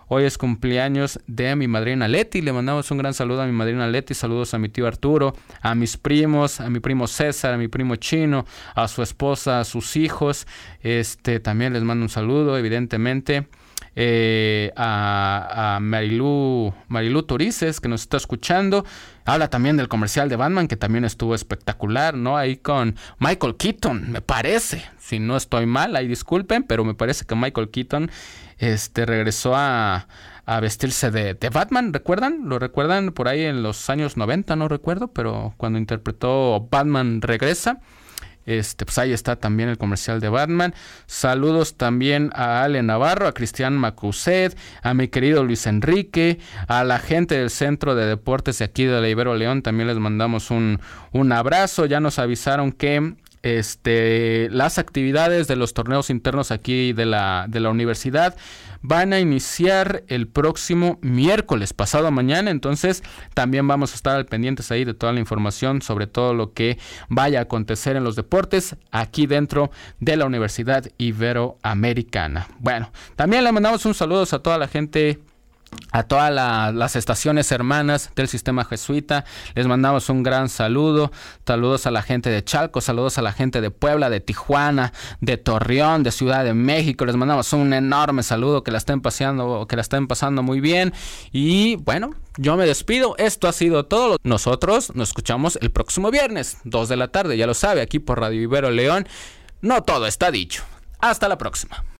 Hoy es cumpleaños de mi madrina Leti. Le mandamos un gran saludo a mi madrina Leti. Saludos a mi tío Arturo, a mis primos, a mi primo César, a mi primo Chino, a su esposa, a sus hijos. Este, también les mando un saludo, evidentemente. Eh, a, a Marilú, Marilú Turices, que nos está escuchando. Habla también del comercial de Batman, que también estuvo espectacular, ¿no? Ahí con Michael Keaton, me parece. Si no estoy mal, ahí disculpen, pero me parece que Michael Keaton este, regresó a, a vestirse de, de Batman, ¿recuerdan? ¿Lo recuerdan por ahí en los años noventa? No recuerdo, pero cuando interpretó Batman Regresa. Este, pues ahí está también el comercial de Batman. Saludos también a Ale Navarro, a Cristian Macuset, a mi querido Luis Enrique, a la gente del Centro de Deportes de aquí de la Ibero León. También les mandamos un, un abrazo. Ya nos avisaron que este, las actividades de los torneos internos aquí de la, de la universidad van a iniciar el próximo miércoles, pasado mañana. Entonces también vamos a estar al pendientes ahí de toda la información sobre todo lo que vaya a acontecer en los deportes aquí dentro de la Universidad Iberoamericana. Bueno, también le mandamos un saludo a toda la gente, a todas la, las estaciones hermanas del sistema jesuita. Les mandamos un gran saludo. Saludos a la gente de Chalco, saludos a la gente de Puebla, de Tijuana, de Torreón, de Ciudad de México. Les mandamos un enorme saludo, que la estén paseando, que la estén pasando muy bien. Y bueno, yo me despido. Esto ha sido todo. Nosotros nos escuchamos el próximo viernes, dos de la tarde, ya lo sabe, aquí por Radio Ibero León. No todo está dicho. Hasta la próxima.